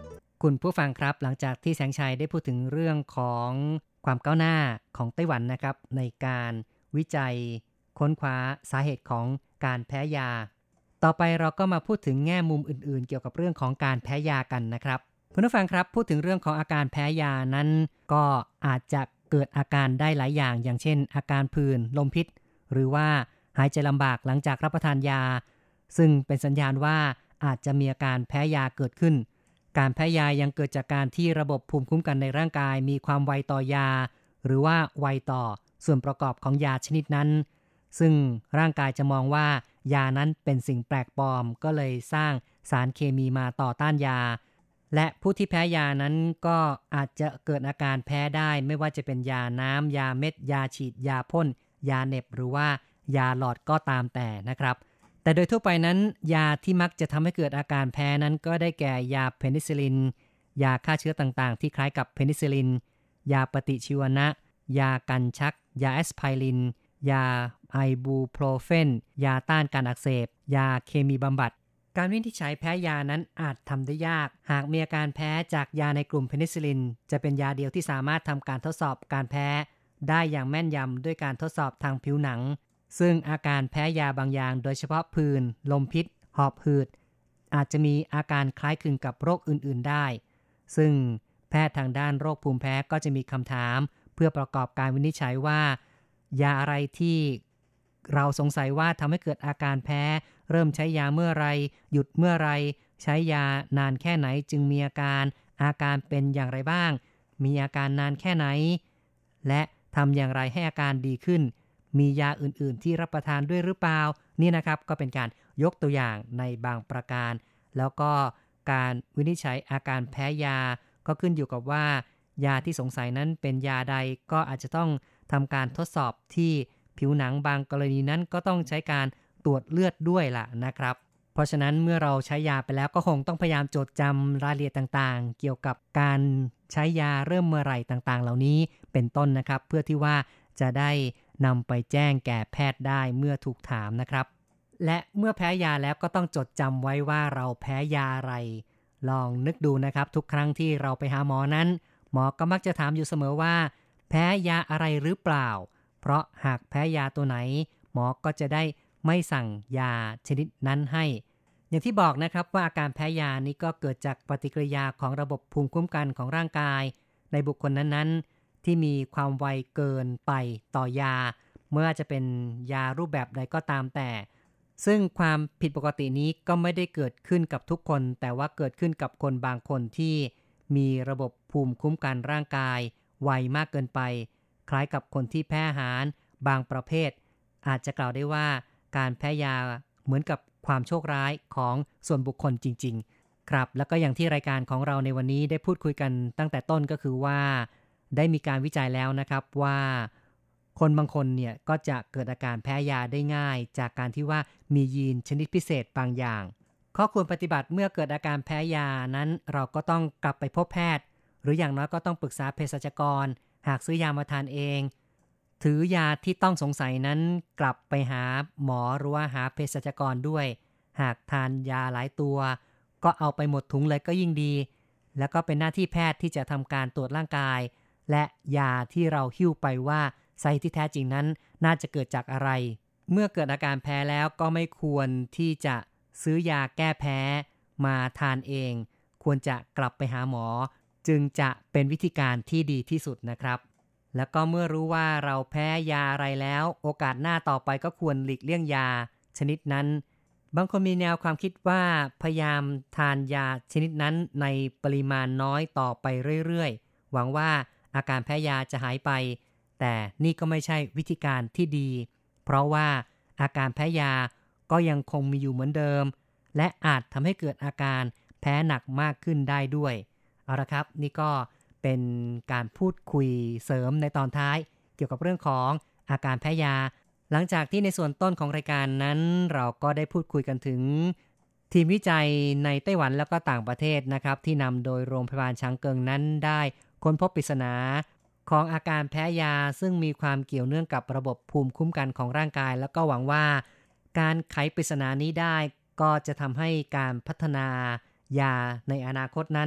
คุณผู้ฟังครับหลังจากที่แสงชัยได้พูดถึงเรื่องของความก้าวหน้าของไต้หวันนะครับในการวิจัยค้นคว้าสาเหตุของการแพ้ยาต่อไปเราก็มาพูดถึงแง่มุมอื่นๆเกี่ยวกับเรื่องของการแพ้ยากันนะครับคุณผู้ฟังครับพูดถึงเรื่องของอาการแพ้ยานั้นก็อาจจะเกิดอาการได้หลายอย่างอย่างเช่นอาการผื่นลมพิษหรือว่าหายใจลำบากหลังจากรับประทานยาซึ่งเป็นสัญญาณว่าอาจจะมีอาการแพ้ยาเกิดขึ้นการแพ้ยายังเกิดจากการที่ระบบภูมิคุ้มกันในร่างกายมีความไวต่อยาหรือว่าไวต่อส่วนประกอบของยาชนิดนั้นซึ่งร่างกายจะมองว่ายานั้นเป็นสิ่งแปลกปลอมก็เลยสร้างสารเคมีมาต่อต้านยาและผู้ที่แพ้ยานั้นก็อาจจะเกิดอาการแพ้ได้ไม่ว่าจะเป็นยาน้ำยาเม็ดยาฉีดยาพ่นยาเหน็บหรือว่ายาหลอดก็ตามแต่นะครับแต่โดยทั่วไปนั้นยาที่มักจะทำให้เกิดอาการแพ้นั้นก็ได้แก่ยาเพนิซิลลินยาฆ่าเชื้อต่างๆที่คล้ายกับเพนิซิลลินยาปฏิชีวนะยากันชักยาแอสไพรินยาไอบูโพรเฟนยาต้านการอักเสบยาเคมีบำบัดการวินิจฉัยแพ้ยานั้นอาจทำได้ยากหากมีอาการแพ้จากยาในกลุ่มเพนิซิลลินจะเป็นยาเดียวที่สามารถทำการทดสอบการแพ้ได้อย่างแม่นยำด้วยการทดสอบทางผิวหนังซึ่งอาการแพ้ยาบางอย่างโดยเฉพาะผื่นลมพิษหอบหืดอาจจะมีอาการคล้ายคลึงกับโรคอื่นๆได้ซึ่งแพทย์ทางด้านโรคภูมิแพ้ก็จะมีคำถามเพื่อประกอบการวินิจฉัยว่ายาอะไรที่เราสงสัยว่าทำให้เกิดอาการแพ้เริ่มใช้ยาเมื่อไรหยุดเมื่อไรใช้ยานานแค่ไหนจึงมีอาการอาการเป็นอย่างไรบ้างมีอาการนานแค่ไหนและทำอย่างไรให้อาการดีขึ้นมียาอื่นๆที่รับประทานด้วยหรือเปล่านี่นะครับก็เป็นการยกตัวอย่างในบางประการแล้วก็การวินิจฉัยอาการแพ้ยาก็ขึ้นอยู่กับว่ายาที่สงสัยนั้นเป็นยาใดก็อาจจะต้องทำการทดสอบที่ผิวหนังบางกรณีนั้นก็ต้องใช้การตรวจเลือดด้วยล่ะนะครับเพราะฉะนั้นเมื่อเราใช้ยาไปแล้วก็คงต้องพยายามจดจำรายละเอียดต่างๆเกี่ยวกับการใช้ยาเริ่มเมื่อไหร่ต่างๆเหล่านี้เป็นต้นนะครับเพื่อที่ว่าจะได้นำไปแจ้งแก่แพทย์ได้เมื่อถูกถามนะครับและเมื่อแพ้ยาแล้วก็ต้องจดจำไว้ว่าเราแพ้ยาอะไรลองนึกดูนะครับทุกครั้งที่เราไปหาหมอนั้นหมอก็มักจะถามอยู่เสมอว่าแพ้ยาอะไรหรือเปล่าเพราะหากแพ้ยาตัวไหนหมอก็จะได้ไม่สั่งยาชนิดนั้นให้อย่างที่บอกนะครับว่าอาการแพ้ยานี้ก็เกิดจากปฏิกิริยาของระบบภูมิคุ้มกันของร่างกายในบุคคลนั้นๆที่มีความไวเกินไปต่อยาเมื่อจะเป็นยารูปแบบใดก็ตามแต่ซึ่งความผิดปกตินี้ก็ไม่ได้เกิดขึ้นกับทุกคนแต่ว่าเกิดขึ้นกับคนบางคนที่มีระบบภูมิคุ้มกันร่างกายไวมากเกินไปคล้ายกับคนที่แพ้อาหารบางประเภทอาจจะกล่าวได้ว่าการแพ้ยาเหมือนกับความโชคร้ายของส่วนบุคคลจริงๆครับแล้วก็อย่างที่รายการของเราในวันนี้ได้พูดคุยกันตั้งแต่ต้นก็คือว่าได้มีการวิจัยแล้วนะครับว่าคนบางคนเนี่ยก็จะเกิดอาการแพ้ยาได้ง่ายจากการที่ว่ามียีนชนิดพิเศษบางอย่างข้อควรปฏิบัติเมื่อเกิดอาการแพ้ยานั้นเราก็ต้องกลับไปพบแพทย์หรืออย่างน้อยก็ต้องปรึกษาเภสัชกรหากซื้อยามาทานเองถือยาที่ต้องสงสัยนั้นกลับไปหาหมอหรือว่าหาเภสัชกรด้วยหากทานยาหลายตัวก็เอาไปหมดถุงเลยก็ยิ่งดีแล้วก็เป็นหน้าที่แพทย์ที่จะทำการตรวจร่างกายและยาที่เราหิ้วไปว่าสาเหตุที่แท้จริงนั้นน่าจะเกิดจากอะไรเมื่อเกิดอาการแพ้แล้วก็ไม่ควรที่จะซื้อยาแก้แพ้มาทานเองควรจะกลับไปหาหมอจึงจะเป็นวิธีการที่ดีที่สุดนะครับแล้วก็เมื่อรู้ว่าเราแพ้ยาอะไรแล้วโอกาสหน้าต่อไปก็ควรหลีกเลี่ยงยาชนิดนั้นบางคนมีแนวความคิดว่าพยายามทานยาชนิดนั้นในปริมาณน้อยต่อไปเรื่อยๆหวังว่าอาการแพ้ยาจะหายไปแต่นี่ก็ไม่ใช่วิธีการที่ดีเพราะว่าอาการแพ้ยาก็ยังคงมีอยู่เหมือนเดิมและอาจทำให้เกิดอาการแพ้หนักมากขึ้นได้ด้วยเอาละครับนี่ก็เป็นการพูดคุยเสริมในตอนท้ายเกี่ยวกับเรื่องของอาการแพ้ยาหลังจากที่ในส่วนต้นของรายการนั้นเราก็ได้พูดคุยกันถึงทีมวิจัยในไต้หวันแล้วก็ต่างประเทศนะครับที่นำโดยโรงพยาบาลฉางเกิงนั้นได้ค้นพบปริศนาของอาการแพ้ยาซึ่งมีความเกี่ยวเนื่องกับระบบภูมิคุ้มกันของร่างกายแล้วก็หวังว่าการไขปริศนานี้ได้ก็จะทำให้การพัฒนายาในอนาคตนั้น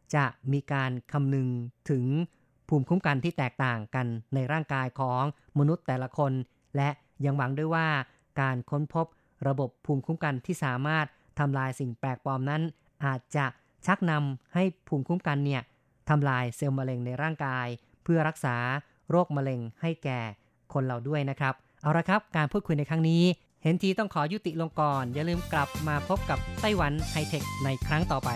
จะมีการคำนึงถึงภูมิคุ้มกันที่แตกต่างกันในร่างกายของมนุษย์แต่ละคนและยังหวังด้วยว่าการค้นพบระบบภูมิคุ้มกันที่สามารถทำลายสิ่งแปลกปลอมนั้นอาจจะชักนำให้ภูมิคุ้มกันเนี่ยทำลายเซลล์มะเร็งในร่างกายเพื่อรักษาโรคมะเร็งให้แก่คนเราด้วยนะครับเอาละครับการพูดคุยในครั้งนี้เห็นทีต้องขอยุติลงก่อนอย่าลืมกลับมาพบกับไต้หวันไฮเทคในครั้งต่อไป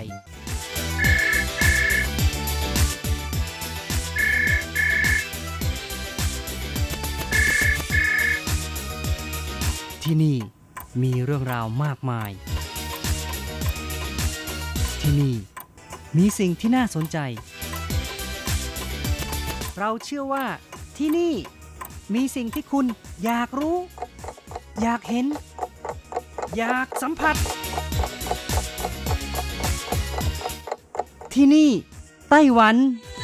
ที่นี่มีเรื่องราวมากมายที่นี่มีสิ่งที่น่าสนใจเราเชื่อว่าที่นี่มีสิ่งที่คุณอยากรู้อยากเห็นอยากสัมผัสที่นี่ไต้หวัน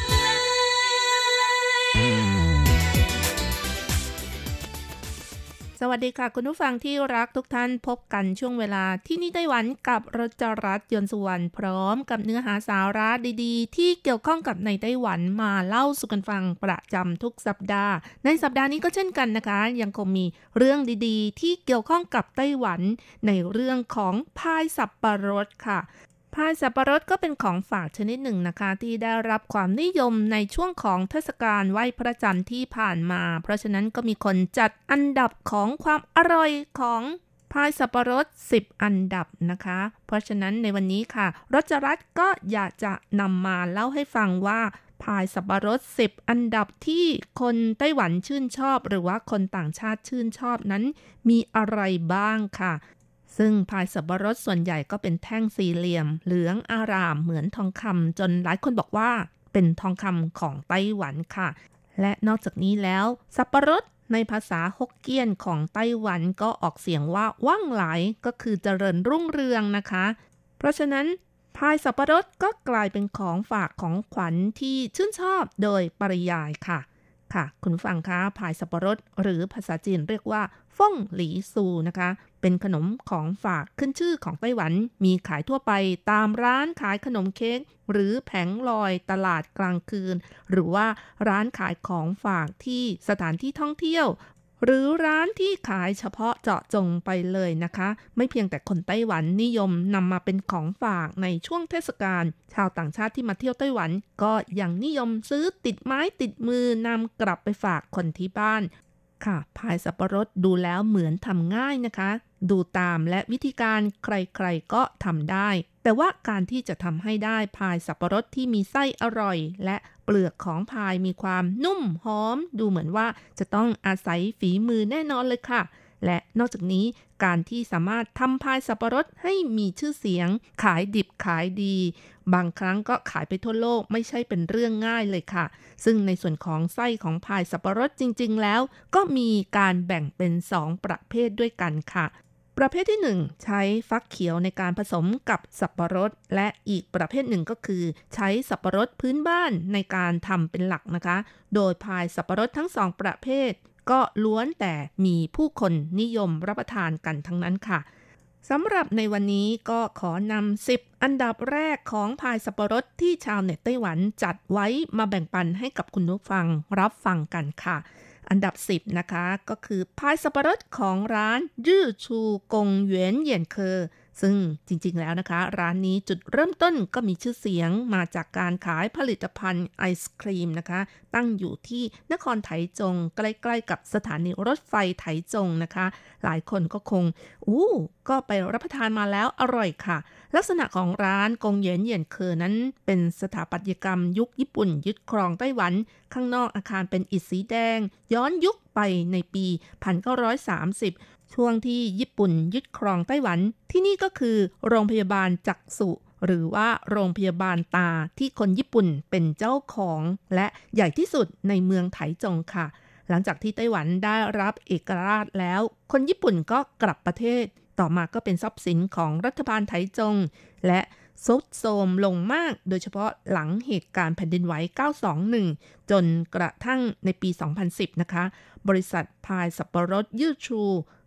สวัสดีค่ะคุณผู้ฟังที่รักทุกท่านพบกันช่วงเวลาที่นี่ไต้หวันกับรจรัสยนต์สุวรรณพร้อมกับเนื้อหาสาระดีๆที่เกี่ยวข้องกับในไต้หวันมาเล่าสู่กันฟังประจำทุกสัปดาห์ในสัปดาห์นี้ก็เช่นกันนะคะยังคงมีเรื่องดีๆที่เกี่ยวข้องกับไต้หวันในเรื่องของพายสับปะรดค่ะพายสับปะรดก็เป็นของฝากชนิดหนึ่งนะคะที่ได้รับความนิยมในช่วงของเทศกาลไหว้พระจันทร์ที่ผ่านมาเพราะฉะนั้นก็มีคนจัดอันดับของความอร่อยของพายสับปะรดสิบอันดับนะคะเพราะฉะนั้นในวันนี้ค่ะรจรัสก็อยากจะนำมาเล่าให้ฟังว่าพายสับปะรดสิบอันดับที่คนไต้หวันชื่นชอบหรือว่าคนต่างชาติชื่นชอบนั้นมีอะไรบ้างค่ะซึ่งพายสับปะรดส่วนใหญ่ก็เป็นแท่งสี่เหลี่ยมเหลืองอารามเหมือนทองคำจนหลายคนบอกว่าเป็นทองคำของไต้หวันค่ะและนอกจากนี้แล้วสับปะรดในภาษาฮกเกี้ยนของไต้หวันก็ออกเสียงว่าว่างไหลก็คือเจริญรุ่งเรืองนะคะเพราะฉะนั้นพายสับปะรดก็กลายเป็นของฝากของขวัญที่ชื่นชอบโดยปริยายค่ะค่ะคุณฟังคะพายสับปะรดหรือภาษาจีนเรียกว่าฟ่งหลีซูนะคะเป็นขนมของฝากขึ้นชื่อของไต้หวันมีขายทั่วไปตามร้านขายขนมเค้กหรือแผงลอยตลาดกลางคืนหรือว่าร้านขายของฝากที่สถานที่ท่องเที่ยวหรือร้านที่ขายเฉพาะเจาะจงไปเลยนะคะไม่เพียงแต่คนไต้หวันนิยมนำมาเป็นของฝากในช่วงเทศกาลชาวต่างชาติที่มาเที่ยวไต้หวันก็ยังนิยมซื้อติดไม้ติดมือนำกลับไปฝากคนที่บ้านค่ะพายสับปะรดดูแล้วเหมือนทำง่ายนะคะดูตามและวิธีการใครๆก็ทำได้แต่ว่าการที่จะทำให้ได้พายสับปะรดที่มีไส้อร่อยและเปลือกของพายมีความนุ่มหอมดูเหมือนว่าจะต้องอาศัยฝีมือแน่นอนเลยค่ะและนอกจากนี้การที่สามารถทำพายสับปะรดให้มีชื่อเสียงขายดิบขายดีบางครั้งก็ขายไปทั่วโลกไม่ใช่เป็นเรื่องง่ายเลยค่ะซึ่งในส่วนของไส้ของพายสับปะรดจริงๆแล้วก็มีการแบ่งเป็นสองประเภทด้วยกันค่ะประเภทที่หนึ่งใช้ฟักเขียวในการผสมกับสับปะรดและอีกประเภทหนึ่งก็คือใช้สับปะรดพื้นบ้านในการทำเป็นหลักนะคะโดยพายสับปะรดทั้งสองประเภทก็ล้วนแต่มีผู้คนนิยมรับประทานกันทั้งนั้นค่ะสำหรับในวันนี้ก็ขอนำสิบอันดับแรกของพายสับปะรดที่ชาวเน็ตไต้หวันจัดไว้มาแบ่งปันให้กับคุณผู้ฟังรับฟังกันค่ะอันดับสิบนะคะก็คือพายสับปะรดของร้านยื่อชูกงเหวียนเหยียนเคอซึ่งจริงๆแล้วนะคะร้านนี้จุดเริ่มต้นก็มีชื่อเสียงมาจากการขายผลิตภัณฑ์ไอศครีมนะคะตั้งอยู่ที่นครไถจงใกล้ๆกับสถานีรถไฟไถจงนะคะหลายคนก็คงอู้ก็ไปรับประทานมาแล้วอร่อยค่ะลักษณะของร้านกงเหยียนเหยียนเคอนั้นเป็นสถาปัตยกรรมยุคญี่ปุ่นยึดครองไต้หวันข้างนอกอาคารเป็นอิฐสีแดงย้อนยุคไปในปี หนึ่งพันเก้าร้อยสามสิบช่วงที่ญี่ปุ่นยึดครองไต้หวันที่นี่ก็คือโรงพยาบาลจักษุหรือว่าโรงพยาบาลตาที่คนญี่ปุ่นเป็นเจ้าของและใหญ่ที่สุดในเมืองไถจงค่ะหลังจากที่ไต้หวันได้รับเอกราชแล้วคนญี่ปุ่นก็กลับประเทศต่อมาก็เป็นทรัพย์สินของรัฐบาลไถจงและทรุดโทรมลงมากโดยเฉพาะหลังเหตุการณ์แผ่นดินไหวเก้าสองหนึ่งจนกระทั่งในปีสองพันสิบนะคะบริษัทพายสับปะรดยื่อชู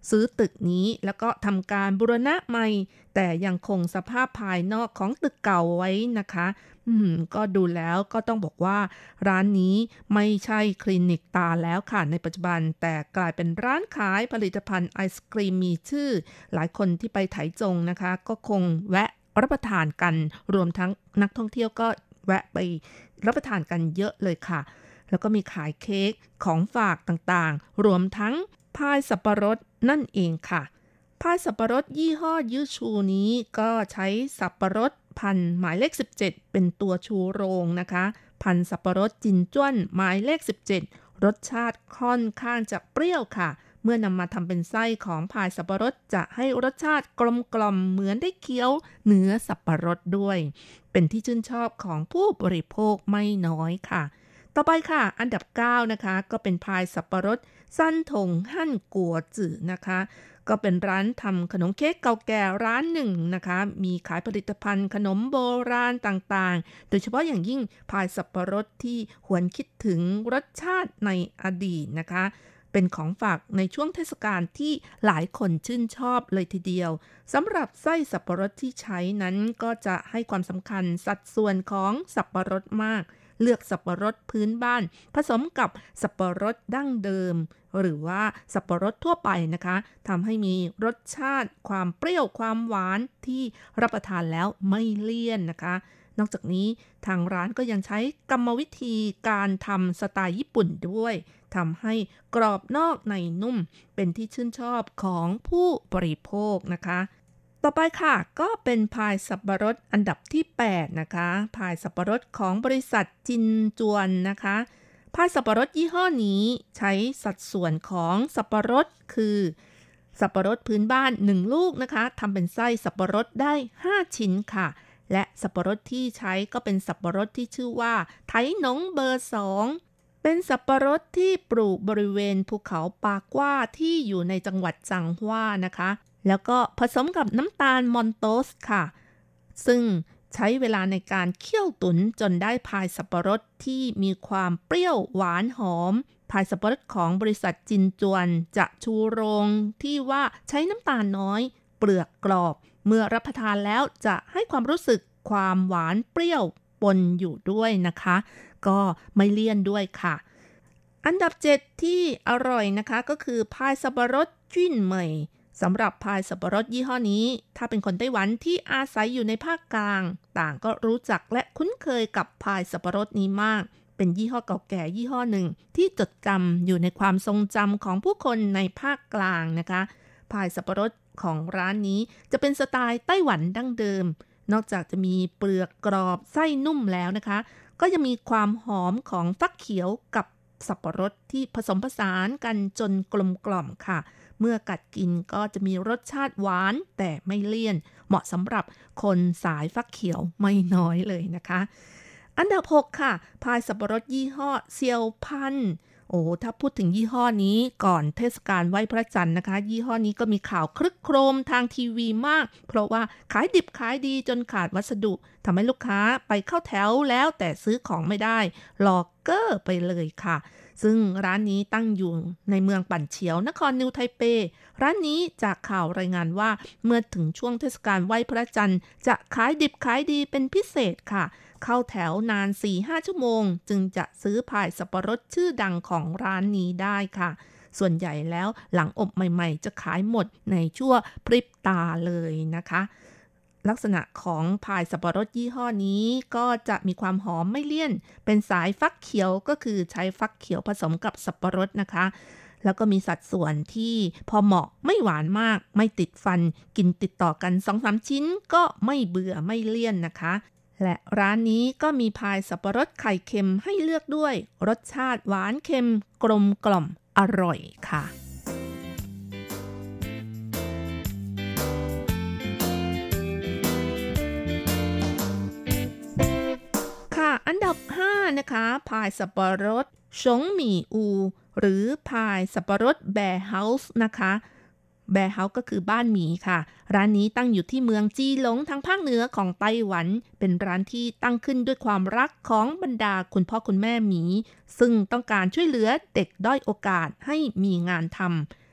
ซื้อตึกนี้แล้วก็ทำการบูรณะใหม่แต่ยังคงสภาพภายนอกของตึกเก่าไว้นะคะอืมก็ดูแล้วก็ต้องบอกว่าร้านนี้ไม่ใช่คลินิกตาแล้วค่ะในปัจจุบันแต่กลายเป็นร้านขายผลิตภัณฑ์ไอศกรีมมีชื่อหลายคนที่ไปไถจงนะคะก็คงแวะรับประทานกันรวมทั้งนักท่องเที่ยวก็แวะไปรับประทานกันเยอะเลยค่ะแล้วก็มีขายเค้กของฝากต่างๆรวมทั้งพายสับปะรดนั่นเองค่ะพายสับปะรดยี่ห้อยูชูนี้ก็ใช้สับปะรดพันธุ์หมายเลขสิบเจ็ดเป็นตัวชูโรงนะคะพันธุ์สับปะรดจินจ้วนหมายเลขสิบเจ็ดรสชาติค่อนข้างจะเปรี้ยวค่ะเมื่อนำมาทำเป็นไส้ของพายสับปะรดจะให้รสชาติกลมกล่อมเหมือนได้เคี้ยวเนื้อสับปะรดด้วยเป็นที่ชื่นชอบของผู้บริโภคไม่น้อยค่ะต่อไปค่ะอันดับเก้านะคะก็เป็นพายสับปะรดซั่นถงหั่นกัวจื่อนะคะก็เป็นร้านทำขนมเค้กเก่าแก่ร้านหนึ่งนะคะมีขายผลิตภัณฑ์ขนมโบราณต่างๆโดยเฉพาะอย่างยิ่งพายสับปะรดที่หวนคิดถึงรสชาติในอดีตนะคะเป็นของฝากในช่วงเทศกาลที่หลายคนชื่นชอบเลยทีเดียวสำหรับไส้สับปะรดที่ใช้นั้นก็จะให้ความสำคัญสัดส่วนของสับปะรดมากเลือกสับปะรดพื้นบ้านผสมกับสับปะรดดั้งเดิมหรือว่าสับปะรดทั่วไปนะคะทำให้มีรสชาติความเปรี้ยวความหวานที่รับประทานแล้วไม่เลี่ยนนะคะนอกจากนี้ทางร้านก็ยังใช้กรรมวิธีการทำสไตล์ญี่ปุ่นด้วยทำให้กรอบนอกในนุ่มเป็นที่ชื่นชอบของผู้บริโภคนะคะต่อไปค่ะก็เป็นพายสับปะรดอันดับที่แปดนะคะพายสับปะรดของบริษัทจินจวนนะคะพายสับปะรดยี่ห้อนี้ใช้สัดส่วนของสับปะรดคือสับปะรดพื้นบ้านหนึ่งลูกนะคะทำเป็นไส้สับปะรดได้ห้าชิ้นค่ะและสับปะรดที่ใช้ก็เป็นสับปะรดที่ชื่อว่าไถหนงเบอร์สองเป็นสับปะรดที่ปลูกบริเวณภูเขาปากว่าที่อยู่ในจังหวัดจังหว้านะคะแล้วก็ผสมกับน้ำตาลมอนโตสค่ะซึ่งใช้เวลาในการเคี่ยวตุ๋นจนได้พายสับปะรดที่มีความเปรี้ยวหวานหอมพายสับปะรดของบริษัทจินจวนจะชูโรงที่ว่าใช้น้ำตาลน้อยเปลือกกรอบเมื่อรับประทานแล้วจะให้ความรู้สึกความหวานเปรี้ยวปนอยู่ด้วยนะคะก็ไม่เลี่ยนด้วยค่ะอันดับเจ็ดที่อร่อยนะคะก็คือพายสับปะรดจิ้นเหมยสำหรับพายสับปะรดยี่ห้อนี้ถ้าเป็นคนไต้หวันที่อาศัยอยู่ในภาคกลางต่างก็รู้จักและคุ้นเคยกับพายสับปะรดนี้มากเป็นยี่ห้อเก่าแก่ยี่ห้อหนึ่งที่จดจำอยู่ในความทรงจำของผู้คนในภาคกลางนะคะพายสับปะรดของร้านนี้จะเป็นสไตล์ไต้หวันดั้งเดิมนอกจากจะมีเปลือกกรอบไส้นุ่มแล้วนะคะก็ยังมีความหอมของฟักเขียวกับสับปะรดที่ผสมผสานกันจนกลมกล่อมค่ะเมื่อกัดกินก็จะมีรสชาติหวานแต่ไม่เลี่ยนเหมาะสำหรับคนสายฟักเขียวไม่น้อยเลยนะคะอันดับหกค่ะพายสับปะรดยี่ห้อเซียวพันโอ้ถ้าพูดถึงยี่ห้อนี้ก่อนเทศกาลไหว้พระจันทร์นะคะยี่ห้อนี้ก็มีข่าวครึกโครมทางทีวีมากเพราะว่าขายดิบขายดีจนขาดวัสดุทำให้ลูกค้าไปเข้าแถวแล้วแต่ซื้อของไม่ได้หลอกเกอร์ไปเลยค่ะซึ่งร้านนี้ตั้งอยู่ในเมืองปั่นเฉียวนครนิวไทเปร้านนี้จากข่าวรายงานว่าเมื่อถึงช่วงเทศกาลไหว้พระจันทร์จะขายดิบขายดีเป็นพิเศษค่ะเข้าแถวนาน สี่ถึงห้า ชั่วโมงจึงจะซื้อพายสับปะรดชื่อดังของร้านนี้ได้ค่ะส่วนใหญ่แล้วหลังอบใหม่ๆจะขายหมดในชั่วพริบตาเลยนะคะลักษณะของพายสับปะรดยี่ห้อนี้ก็จะมีความหอมไม่เลี่ยนเป็นสายฟักเขียวก็คือใช้ฟักเขียวผสมกับสับปะรดนะคะแล้วก็มีสัดส่วนที่พอเหมาะไม่หวานมากไม่ติดฟันกินติดต่อกัน สองถึงสาม ชิ้นก็ไม่เบื่อไม่เลี่ยนนะคะและร้านนี้ก็มีพายสับปะรดไข่เค็มให้เลือกด้วยรสชาติหวานเค็มกลมกล่อมอร่อยค่ะค่ะอันดับห้านะคะพายสับปะรดชงหมี่อูหรือพายสับปะรดแบร์เฮาส์นะคะแบร์เฮาส์ก็คือบ้านหมีค่ะร้านนี้ตั้งอยู่ที่เมืองจีหลงทางภาคเหนือของไต้หวันเป็นร้านที่ตั้งขึ้นด้วยความรักของบรรดาคุณพ่อคุณแม่หมีซึ่งต้องการช่วยเหลือเด็กด้อยโอกาสให้มีงานท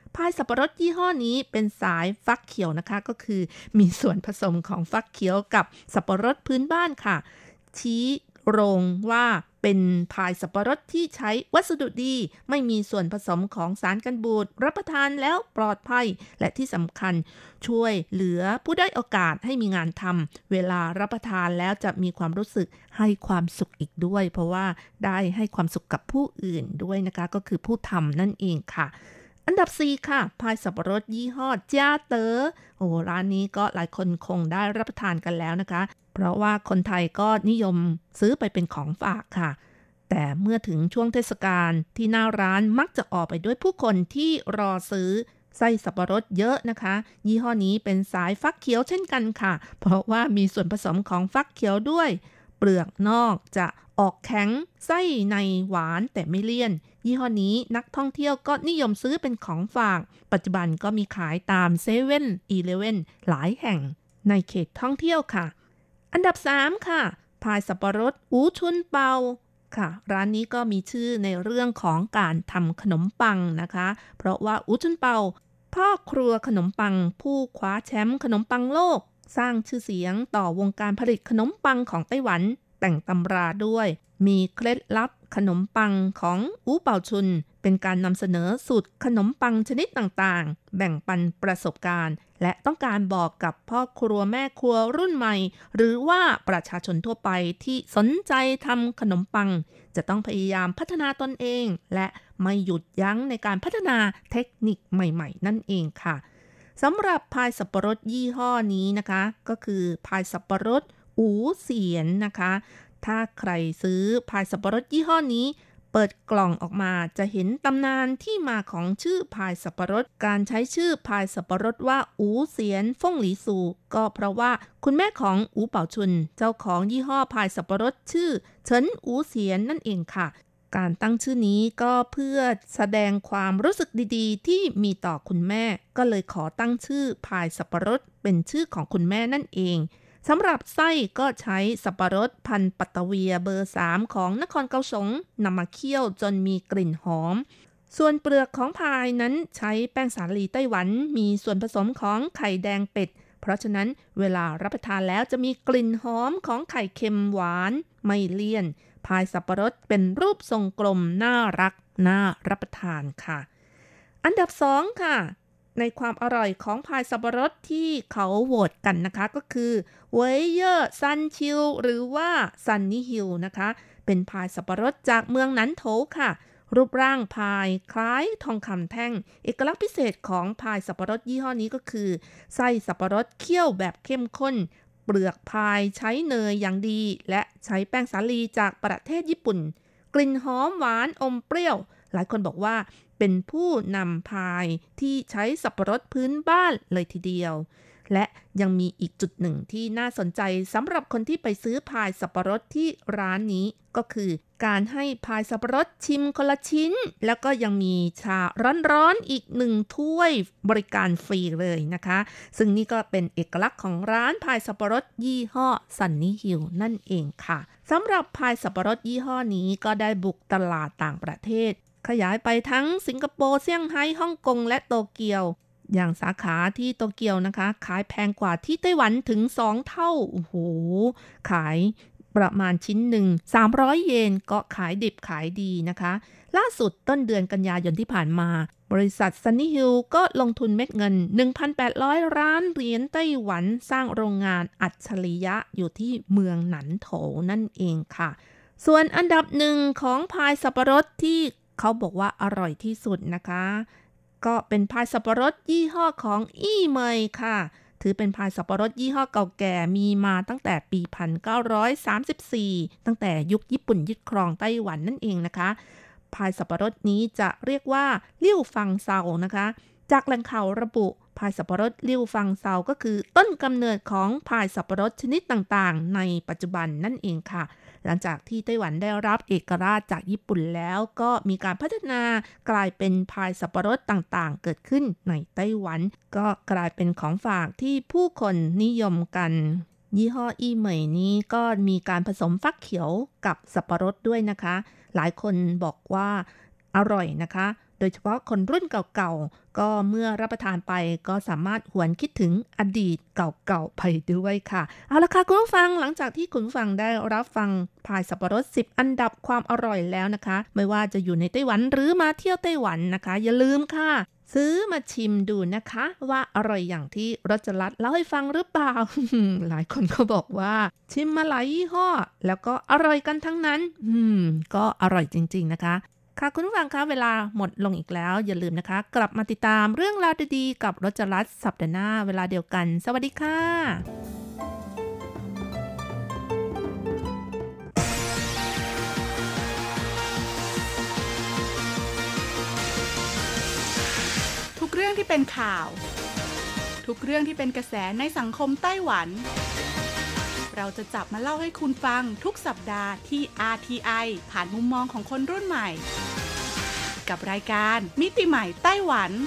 พายสับปะรดยี่ห้อนี้เป็นสายฟักเขียวนะคะก็คือมีส่วนผสมของฟักเขียวกับสับปะรดพื้นบ้านค่ะชี้โรงว่าเป็นพายสับปะรดที่ใช้วัสดุดีไม่มีส่วนผสมของสารกันบูดรับประทานแล้วปลอดภัยและที่สำคัญช่วยเหลือผู้ได้โอกาสให้มีงานทำเวลารับประทานแล้วจะมีความรู้สึกให้ความสุขอีกด้วยเพราะว่าได้ให้ความสุขกับผู้อื่นด้วยนะคะก็คือผู้ทำนั่นเองค่ะอันดับสี่ค่ะพายสับปะรดยี่ห้อจ้าเต๋อโอ้ร้านนี้ก็หลายคนคงได้รับประทานกันแล้วนะคะเพราะว่าคนไทยก็นิยมซื้อไปเป็นของฝากค่ะแต่เมื่อถึงช่วงเทศกาลที่หน้าร้านมักจะออกไปด้วยผู้คนที่รอซื้อไส้สับปะรดเยอะนะคะยี่ห้อนี้เป็นสายฟักเขียวเช่นกันค่ะเพราะว่ามีส่วนผสมของฟักเขียวด้วยเปลือกนอกจะออกแข็งไส้ในหวานแต่ไม่เลี่ยนยี่ห้อนี้นักท่องเที่ยวก็นิยมซื้อเป็นของฝากปัจจุบันก็มีขายตามเซเว่นอีเลฟเว่นหลายแห่งในเขตท่องเที่ยวค่ะอันดับสามค่ะพายสับปะรดอูชุนเปาค่ะร้านนี้ก็มีชื่อในเรื่องของการทำขนมปังนะคะเพราะว่าอูชุนเปาพ่อครัวขนมปังผู้คว้าแชมป์ขนมปังโลกสร้างชื่อเสียงต่อวงการผลิตขนมปังของไต้หวันแต่งตำราด้วยมีเคล็ดลับขนมปังของอูเป่าชุนเป็นการนำเสนอสูตรขนมปังชนิดต่างๆแบ่งปันประสบการณ์และต้องการบอกกับพ่อครัวแม่ครัวรุ่นใหม่หรือว่าประชาชนทั่วไปที่สนใจทำขนมปังจะต้องพยายามพัฒนาตนเองและไม่หยุดยั้งในการพัฒนาเทคนิคใหม่ๆนั่นเองค่ะสำหรับพายสับปะรดยี่ห้อนี้นะคะก็คือพายสับปะรดอูเสียนนะคะถ้าใครซื้อพายสับปะรดยี่ห้อนี้เปิดกล่องออกมาจะเห็นตำนานที่มาของชื่อพายสับปะรดการใช้ชื่อพายสับปะรดว่าอูเสียนฟ่งหลีซูก็เพราะว่าคุณแม่ของอูเป่าชุนเจ้าของยี่ห้อพายสับปะรดชื่อเฉินอูเสียนนั่นเองค่ะการตั้งชื่อนี้ก็เพื่อแสดงความรู้สึกดีๆที่มีต่อคุณแม่ก็เลยขอตั้งชื่อพายสับปะรดเป็นชื่อของคุณแม่นั่นเองสำหรับไส้ก็ใช้สับปะรดพันธุ์ปัตตะเวียเบอร์สามของนครเกาสงนำมาเคี่ยวจนมีกลิ่นหอมส่วนเปลือกของพายนั้นใช้แป้งสาลีไต้หวันมีส่วนผสมของไข่แดงเป็ดเพราะฉะนั้นเวลารับประทานแล้วจะมีกลิ่นหอมของไข่เค็มหวานไม่เลี่ยนพายสับปะรดเป็นรูปทรงกลมน่ารักน่ารับประทานค่ะอันดับสองค่ะในความอร่อยของพายสับปะรดที่เขาโหวตกันนะคะก็คือเวยเย่อซันชิลหรือว่าซันนี่ฮิลนะคะเป็นพายสับปะรดจากเมืองหนันโถค่ะรูปร่างพายคล้ายทองคำแท่งเอกลักษณ์พิเศษของพายสับปะรดยี่ห้อนี้ก็คือไส้สับปะรดเคี่ยวแบบเข้มข้นเปลือกพายใช้เนยอย่างดีและใช้แป้งสาลีจากประเทศญี่ปุ่นกลิ่นหอมหวานอมเปรี้ยวหลายคนบอกว่าเป็นผู้นำพายที่ใช้สับปะรดพื้นบ้านเลยทีเดียวและยังมีอีกจุดหนึ่งที่น่าสนใจสำหรับคนที่ไปซื้อพายสับปะรดที่ร้านนี้ก็คือการให้พายสับปะรดชิมคนละชิ้นแล้วก็ยังมีชาร้อนๆอีกหนึ่งถ้วยบริการฟรีเลยนะคะซึ่งนี่ก็เป็นเอกลักษณ์ของร้านพายสับปะรดยี่ห้อซันนี่ฮิลนั่นเองค่ะสำหรับพายสับปะรดยี่ห้อนี้ก็ได้บุกตลาดต่างประเทศขยายไปทั้งสิงคโปร์เซี่ยงไฮ้ฮ่องกงและโตเกียวอย่างสาขาที่โตเกียวนะคะขายแพงกว่าที่ไต้หวันถึงสองเท่าโอ้โหขายประมาณชิ้นหนึ่งสามร้อยเยนก็ขายดิบขายดีนะคะล่าสุดต้นเดือนกันยายนที่ผ่านมาบริษัท Sunny Hill ก็ลงทุนเม็ดเงิน หนึ่งพันแปดร้อย ล้านเหรียญไต้หวันสร้างโรงงานอัจฉริยะอยู่ที่เมืองหนันโถนั่นเองค่ะส่วนอันดับหนึ่งของพายสับปะรดที่เขาบอกว่าอร่อยที่สุดนะคะก็เป็นพายสับปะรดยี่ห้อของอี้เมยค่ะถือเป็นพายสับปะรดยี่ห้อเก่าแก่มีมาตั้งแต่ปี หนึ่งพันเก้าร้อยสามสิบสี่ ตั้งแต่ยุคญี่ปุ่นยึดครองไต้หวันนั่นเองนะคะพายสับปะรดนี้จะเรียกว่าเลี่ยวฟังเซานะคะจากแหล่งข่าวระบุพายสับปะรดเลี่ยวฟังเซาก็คือต้นกำเนิดของพายสับปะรดชนิดต่างๆในปัจจุบันนั่นเองค่ะหลังจากที่ไต้หวันได้รับเอกราชจากญี่ปุ่นแล้วก็มีการพัฒนากลายเป็นพายสับปะรดต่างๆเกิดขึ้นในไต้หวันก็กลายเป็นของฝากที่ผู้คนนิยมกันยี่ห้ออี้เหมยนี้ก็มีการผสมฟักเขียวกับสับปะรดด้วยนะคะหลายคนบอกว่าอร่อยนะคะโดยเฉพาะคนรุ่นเก่าๆก็เมื่อรับประทานไปก็สามารถหวนคิดถึงอดีตเก่าๆไปด้วยค่ะเอาละค่ะคุณผู้ฟังหลังจากที่คุณผู้ฟังได้รับฟังพายสับปะรดสิบอันดับความอร่อยแล้วนะคะไม่ว่าจะอยู่ในไต้หวันหรือมาเที่ยวไต้หวันนะคะอย่าลืมค่ะซื้อมาชิมดูนะคะว่าอร่อยอย่างที่รจรัสเล่าให้ฟังหรือเปล่า หลายคนก็บอกว่าชิมมาหลายยี่ห้อแล้วก็อร่อยกันทั้งนั้นอืมก็อร่อยจริงๆนะคะค่ะคุณผู้ฟังคะเวลาหมดลงอีกแล้วอย่าลืมนะคะกลับมาติดตามเรื่องราวดีๆกับรจรัสสัปดาห์หน้าเวลาเดียวกันสวัสดีค่ะทุกเรื่องที่เป็นข่าวทุกเรื่องที่เป็นกระแสในสังคมไต้หวันเราจะจับมาเล่าให้คุณฟังทุกสัปดาห์ที่ อาร์ ที ไอ ผ่านมุมมองของคนรุ่นใหม่กับรายการมิติใหม่ไต้หวัน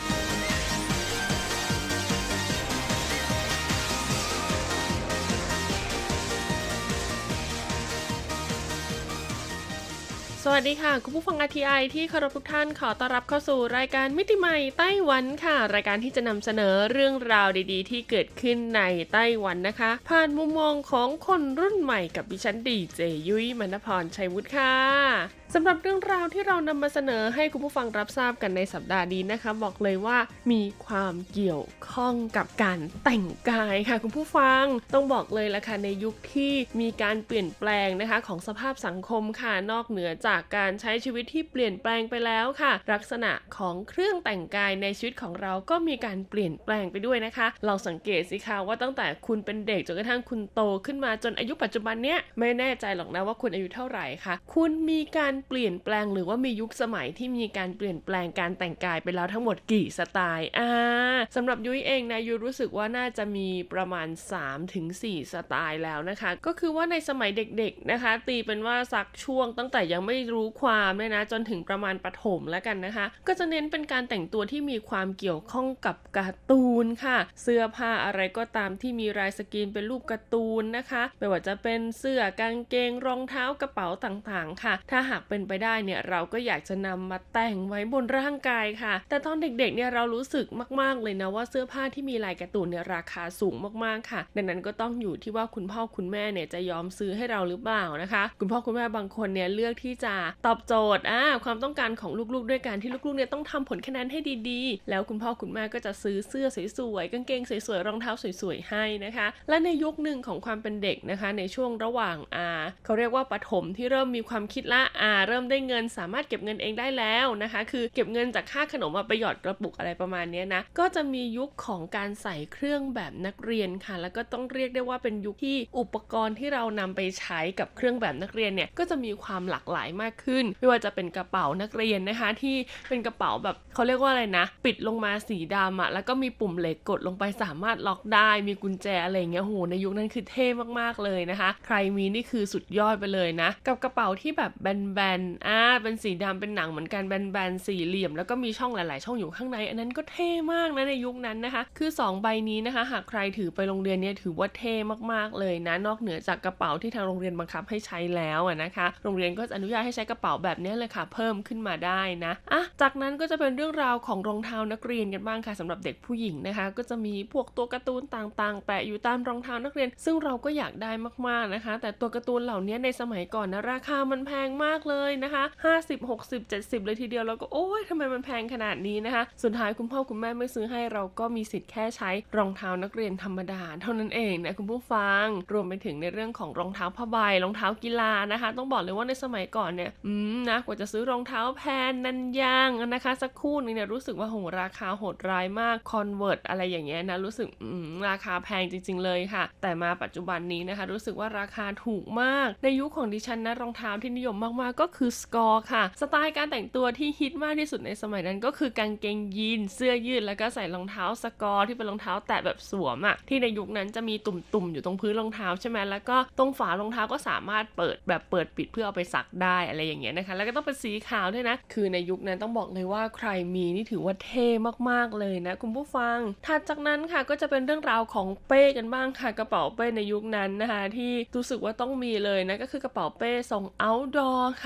สวัสดีค่ะคุณผู้ฟัง อาร์ ที ไอ ที่เคารพทุกท่านขอต้อนรับเข้าสู่รายการมิติใหม่ไต้หวันค่ะรายการที่จะนำเสนอเรื่องราวดีๆที่เกิดขึ้นในไต้หวันนะคะผ่านมุมมองของคนรุ่นใหม่กับดิฉันดีเจยุ้ยมณพรชัยวุฒิค่ะสำหรับเรื่องราวที่เรานำมาเสนอให้คุณผู้ฟังรับทราบกันในสัปดาห์นี้นะคะบอกเลยว่ามีความเกี่ยวข้องกับการแต่งกายค่ะคุณผู้ฟังต้องบอกเลยละค่ะในยุคที่มีการเปลี่ยนแปลงนะคะของสภาพสังคมค่ะนอกเหนือจากการใช้ชีวิตที่เปลี่ยนแปลงไปแล้วค่ะลักษณะของเครื่องแต่งกายในชีวิตของเราก็มีการเปลี่ยนแปลงไปด้วยนะคะลองสังเกตสิคะว่าตั้งแต่คุณเป็นเด็กจนกระทั่งคุณโตขึ้นมาจนอายุปัจจุบันเนี้ยไม่แน่ใจหรอกนะว่าคุณอายุเท่าไหร่ค่ะคุณมีการเปลี่ยนแปลงหรือว่ามียุคสมัยที่มีการเปลี่ยนแปลงการแต่งกายไปแล้วทั้งหมดกี่สไตล์อ่าสำหรับยุ้ยเองนะยุ้ยรู้สึกว่าน่าจะมีประมาณ สามถึงสี่ สไตล์แล้วนะคะก็คือว่าในสมัยเด็กๆนะคะตีเป็นว่าสักช่วงตั้งแต่ยังไม่รู้ความเนี่ยนะจนถึงประมาณประถมแล้วกันนะคะก็จะเน้นเป็นการแต่งตัวที่มีความเกี่ยวข้องกับการ์ตูนค่ะเสื้อผ้าอะไรก็ตามที่มีลายสกรีนเป็นรูปการ์ตูนนะคะไม่ว่าจะเป็นเสื้อกางเกงรองเท้ากระเป๋าต่างๆค่ะถ้าหากเป็นไปได้เนี่ยเราก็อยากจะนำมาแต่งไว้บนร่างกายค่ะแต่ตอนเด็กๆเนี่ยเรารู้สึกมากๆเลยนะว่าเสื้อผ้าที่มีลายการ์ตูนเนี่ยราคาสูงมากๆค่ะดังนั้นก็ต้องอยู่ที่ว่าคุณพ่อคุณแม่เนี่ยจะยอมซื้อให้เราหรือเปล่านะคะคุณพ่อคุณแม่บางคนเนี่ยเลือกที่จะตอบโจทย์อ่าความต้องการของลูกๆด้วยการที่ลูกๆเนี่ยต้องทำผลคะแนนให้ดีๆแล้วคุณพ่อคุณแม่ก็จะซื้อเสื้อสวยๆกางเกงสวยๆรองเท้าสวยๆให้นะคะและในยุคหนึ่งของความเป็นเด็กนะคะในช่วงระหว่างอ่าเขาเรียกว่าประถมที่เริ่มมีความคิดละอ่าเริ่มได้เงินสามารถเก็บเงินเองได้แล้วนะคะคือเก็บเงินจากค่าขนมมาไปหยอดกระปุกอะไรประมาณนี้นะก็จะมียุคของการใส่เครื่องแบบนักเรียนค่ะแล้วก็ต้องเรียกได้ว่าเป็นยุคที่อุปกรณ์ที่เรานำไปใช้กับเครื่องแบบนักเรียนเนี่ยก็จะมีความหลากหลายมากขึ้นไม่ว่าจะเป็นกระเป๋านักเรียนนะคะที่เป็นกระเป๋าแบบเขาเรียกว่าอะไรนะปิดลงมาสีดำอ่ะแล้วก็มีปุ่มเหล็กกดลงไปสามารถล็อกได้มีกุญแจอะไรอย่างเงี้ยโหในยุคนั้นคือเท่มากๆเลยนะคะใครมีนี่คือสุดยอดไปเลยนะกับกระเป๋าที่แบบแบนๆอ่าเป็นสีดำเป็นหนังเหมือนกันแบนๆสี่เหลี่ยมแล้วก็มีช่องหลายๆช่องอยู่ข้างในอันนั้นก็เท่มากนะในยุคนั้นนะคะคือสองใบนี้นะคะหากใครถือไปโรงเรียนเนี่ยถือว่าเท่มากๆเลยนะนอกเหนือจากกระเป๋าที่ทางโรงเรียนบังคับให้ใช้แล้วอ่ะนะคะโรงเรียนก็จะอนุญาตให้ใช้กระเป๋าแบบนี้เลยค่ะเพิ่มขึ้นมาได้นะอ่ะจากนั้นก็จะเป็นเรื่องราวของรองเท้านักเรียนกันบ้างค่ะสำหรับเด็กผู้หญิงนะคะก็จะมีพวกตัวการ์ตูนต่างๆแปะอยู่ตามรองเท้านักเรียนซึ่งเราก็อยากได้มากๆนะคะแต่ตัวการ์ตูนเหล่านี้ในสมัยก่อนนะราคามันแพงมากเลยนะคะห้าสิบ หกสิบ เจ็ดสิบเลยทีเดียวแล้วก็โอ๊ยทำไมมันแพงขนาดนี้นะคะสุดท้ายคุณพ่อคุณแม่ไม่ซื้อให้เราก็มีสิทธิ์แค่ใช้รองเท้านักเรียนธรรมดาเท่านั้นเองนะคุณผู้ฟังรวมไปถึงในเรื่องของรองเท้าผ้าใบรองเท้ากีฬานะคะต้องบอกเลยว่าในสมัยก่อนเนี่ยอืมนะกว่าจะซื้อรองเท้าแพนนันยางนะคะสักคู่นึงเนี่ยรู้สึกว่าโหราคาโหดร้ายมากคอนเวิร์ตอะไรอย่างเงี้ยนะรู้สึกอืมราคาแพงจริงๆเลยค่ะแต่มาปัจจุบันนี้นะคะรู้สึกว่าราคาถูกมากในยุคของดิฉันนะรองเท้าที่นิยมมากๆก็คือสกอร์ค่ะสไตล์การแต่งตัวที่ฮิตมากที่สุดในสมัยนั้นก็คือกางเกงยีนเสื้อยืดแล้วก็ใส่รองเท้าสกอร์ที่เป็นรองเท้าแตะแบบสวมอ่ะที่ในยุคนั้นจะมีตุ่มๆอยู่ตรงพื้นรองเท้าใช่ไหมแล้วก็ตรงฝารองเท้าก็สามารถเปิดแบบเปิดปิดเพื่อเอาไปซักได้อะไรอย่างเงี้ยนะคะแล้วก็ต้องเป็นสีขาวด้วยนะคือในยุคนั้นต้องบอกเลยว่าใครมีนี่ถือว่าเท่มากๆเลยนะคุณผู้ฟังถัดจากนั้นค่ะก็จะเป็นเรื่องราวของเป้กันบ้างค่ะกระเป๋าเป้ในยุคนั้นนะคะที่รู้สึกว่าต้องมีเลยนะก็คือกระเป๋าเป้ทรง outdoor ค่ะ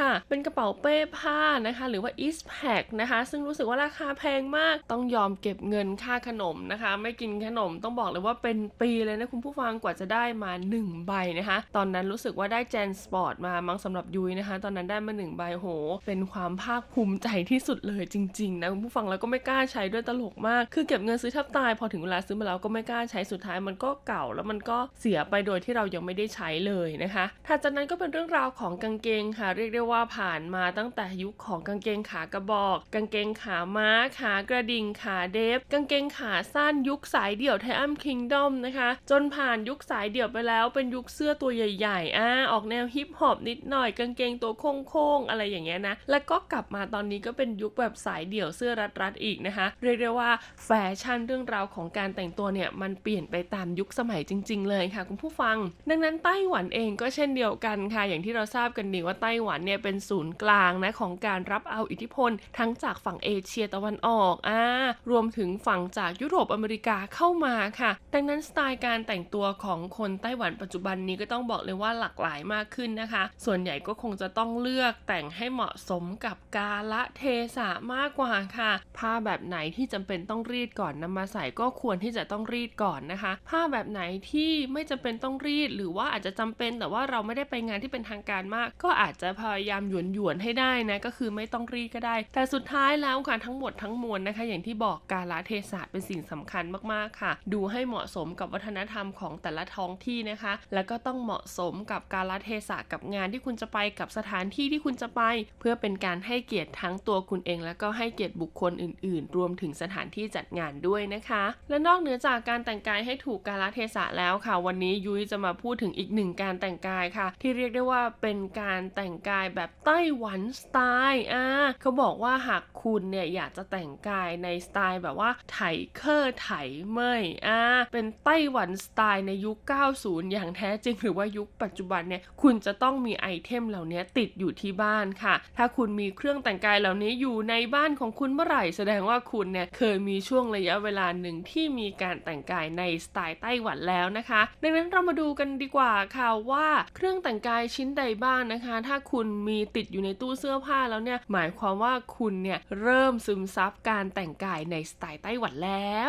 ค่ะเป็นกระเป๋าเป้ผ้านะคะหรือว่า Eastpak นะคะซึ่งรู้สึกว่าราคาแพงมากต้องยอมเก็บเงินค่าขนมนะคะไม่กินขนมต้องบอกเลยว่าเป็นปีเลยนะคุณผู้ฟังกว่าจะได้มาหนึ่งใบนะคะตอนนั้นรู้สึกว่าได้ Gen Sport มามั้งสำหรับยุ้ยนะคะตอนนั้นได้มาหนึ่งใบโหเป็นความภาคภูมิใจที่สุดเลยจริงๆนะคุณผู้ฟังแล้วก็ไม่กล้าใช้ด้วยตลกมากคือเก็บเงินซื้อแทบตายพอถึงเวลาซื้อมาแล้วก็ไม่กล้าใช้สุดท้ายมันก็เก่าแล้วมันก็เสียไปโดยที่เรายังไม่ได้ใช้เลยนะคะถัดจากนั้นก็เป็นเรื่องราวของกางเกงค่ะเรียกได้ว่าผ่านมาตั้งแต่ยุคของกางเกงขากระบอกกางเกงขาม้าขากระดิ่งขาเดฟกางเกงขาสั้นยุคสายเดี่ยวไทอัมคิงดอมนะคะจนผ่านยุคสายเดี่ยวไปแล้วเป็นยุคเสื้อตัวใหญ่ๆอ่าออกแนวฮิปฮอปนิดหน่อยกางเกงตัวโค้งๆอะไรอย่างเงี้ยนะแล้วก็กลับมาตอนนี้ก็เป็นยุคแบบสายเดี่ยวเสื้อรัดๆอีกนะคะเรียกได้ว่าแฟชั่นเรื่องราวของการแต่งตัวเนี่ยมันเปลี่ยนไปตามยุคสมัยจริงๆเลยค่ะคุณผู้ฟังดังนั้นไต้หวันเองก็เช่นเดียวกันค่ะอย่างที่เราทราบกันดีว่าไต้หวันเนี่ยเป็นศูนย์กลางนะของการรับเอาอิทธิพลทั้งจากฝั่งเอเชียตะวันออกอ่ารวมถึงฝั่งจากยุโรปอเมริกาเข้ามาค่ะดังนั้นสไตล์การแต่งตัวของคนไต้หวันปัจจุบันนี้ก็ต้องบอกเลยว่าหลากหลายมากขึ้นนะคะส่วนใหญ่ก็คงจะต้องเลือกแต่งให้เหมาะสมกับกาลเทศะมากกว่าค่ะผ้าแบบไหนที่จำเป็นต้องรีดก่อนนำมาใส่ก็ควรที่จะต้องรีดก่อนนะคะผ้าแบบไหนที่ไม่จำเป็นต้องรีดหรือว่าอาจจะจำเป็นแต่ว่าเราไม่ได้ไปงานที่เป็นทางการมากก็อาจจะพยายามหยวนๆให้ได้นะก็คือไม่ต้องรีดก็ได้แต่สุดท้ายแล้วค่ะทั้งหมดทั้งมวลนะคะอย่างที่บอกกาลเทศะเป็นสิ่งสำคัญมากๆค่ะดูให้เหมาะสมกับวัฒนธรรมของแต่ละท้องที่นะคะแล้วก็ต้องเหมาะสมกับกาลเทศะกับงานที่คุณจะไปกับสถานที่ที่คุณจะไปเพื่อเป็นการให้เกียรติทั้งตัวคุณเองแล้วก็ให้เกียรติบุคคลอื่นๆรวมถึงสถานที่จัดงานด้วยนะคะและนอกเหนือจากการแต่งกายให้ถูกกาลเทศะแล้วค่ะวันนี้ยุ้ยจะมาพูดถึงอีกหนึ่งการแต่งกายค่ะที่เรียกได้ว่าเป็นการแต่งกายแบบไต้หวันสไตล์อ่าเขาบอกว่าหากคุณเนี่ยอยากจะแต่งกายในสไตล์แบบว่าไถเคอร์ไถเม่ยอ่าเป็นไต้หวันสไตล์ในยุคเก้าสิบอย่างแท้จริงหรือว่ายุคปัจจุบันเนี่ยคุณจะต้องมีไอเทมเหล่านี้ติดอยู่ที่บ้านค่ะถ้าคุณมีเครื่องแต่งกายเหล่านี้อยู่ในบ้านของคุณเมื่อไหร่แสดงว่าคุณเนี่ยเคยมีช่วงระยะเวลาหนึ่งที่มีการแต่งกายในสไตล์ไต้หวันแล้วนะคะดังนั้นเรามาดูกันดีกว่าค่ะว่าเครื่องแต่งกายชิ้นใดบ้างนะคะถ้าคุณมีติดอยู่ในตู้เสื้อผ้าแล้วเนี่ยหมายความว่าคุณเนี่ยเริ่มซึมซับการแต่งกายในสไตล์ไต้หวันแล้ว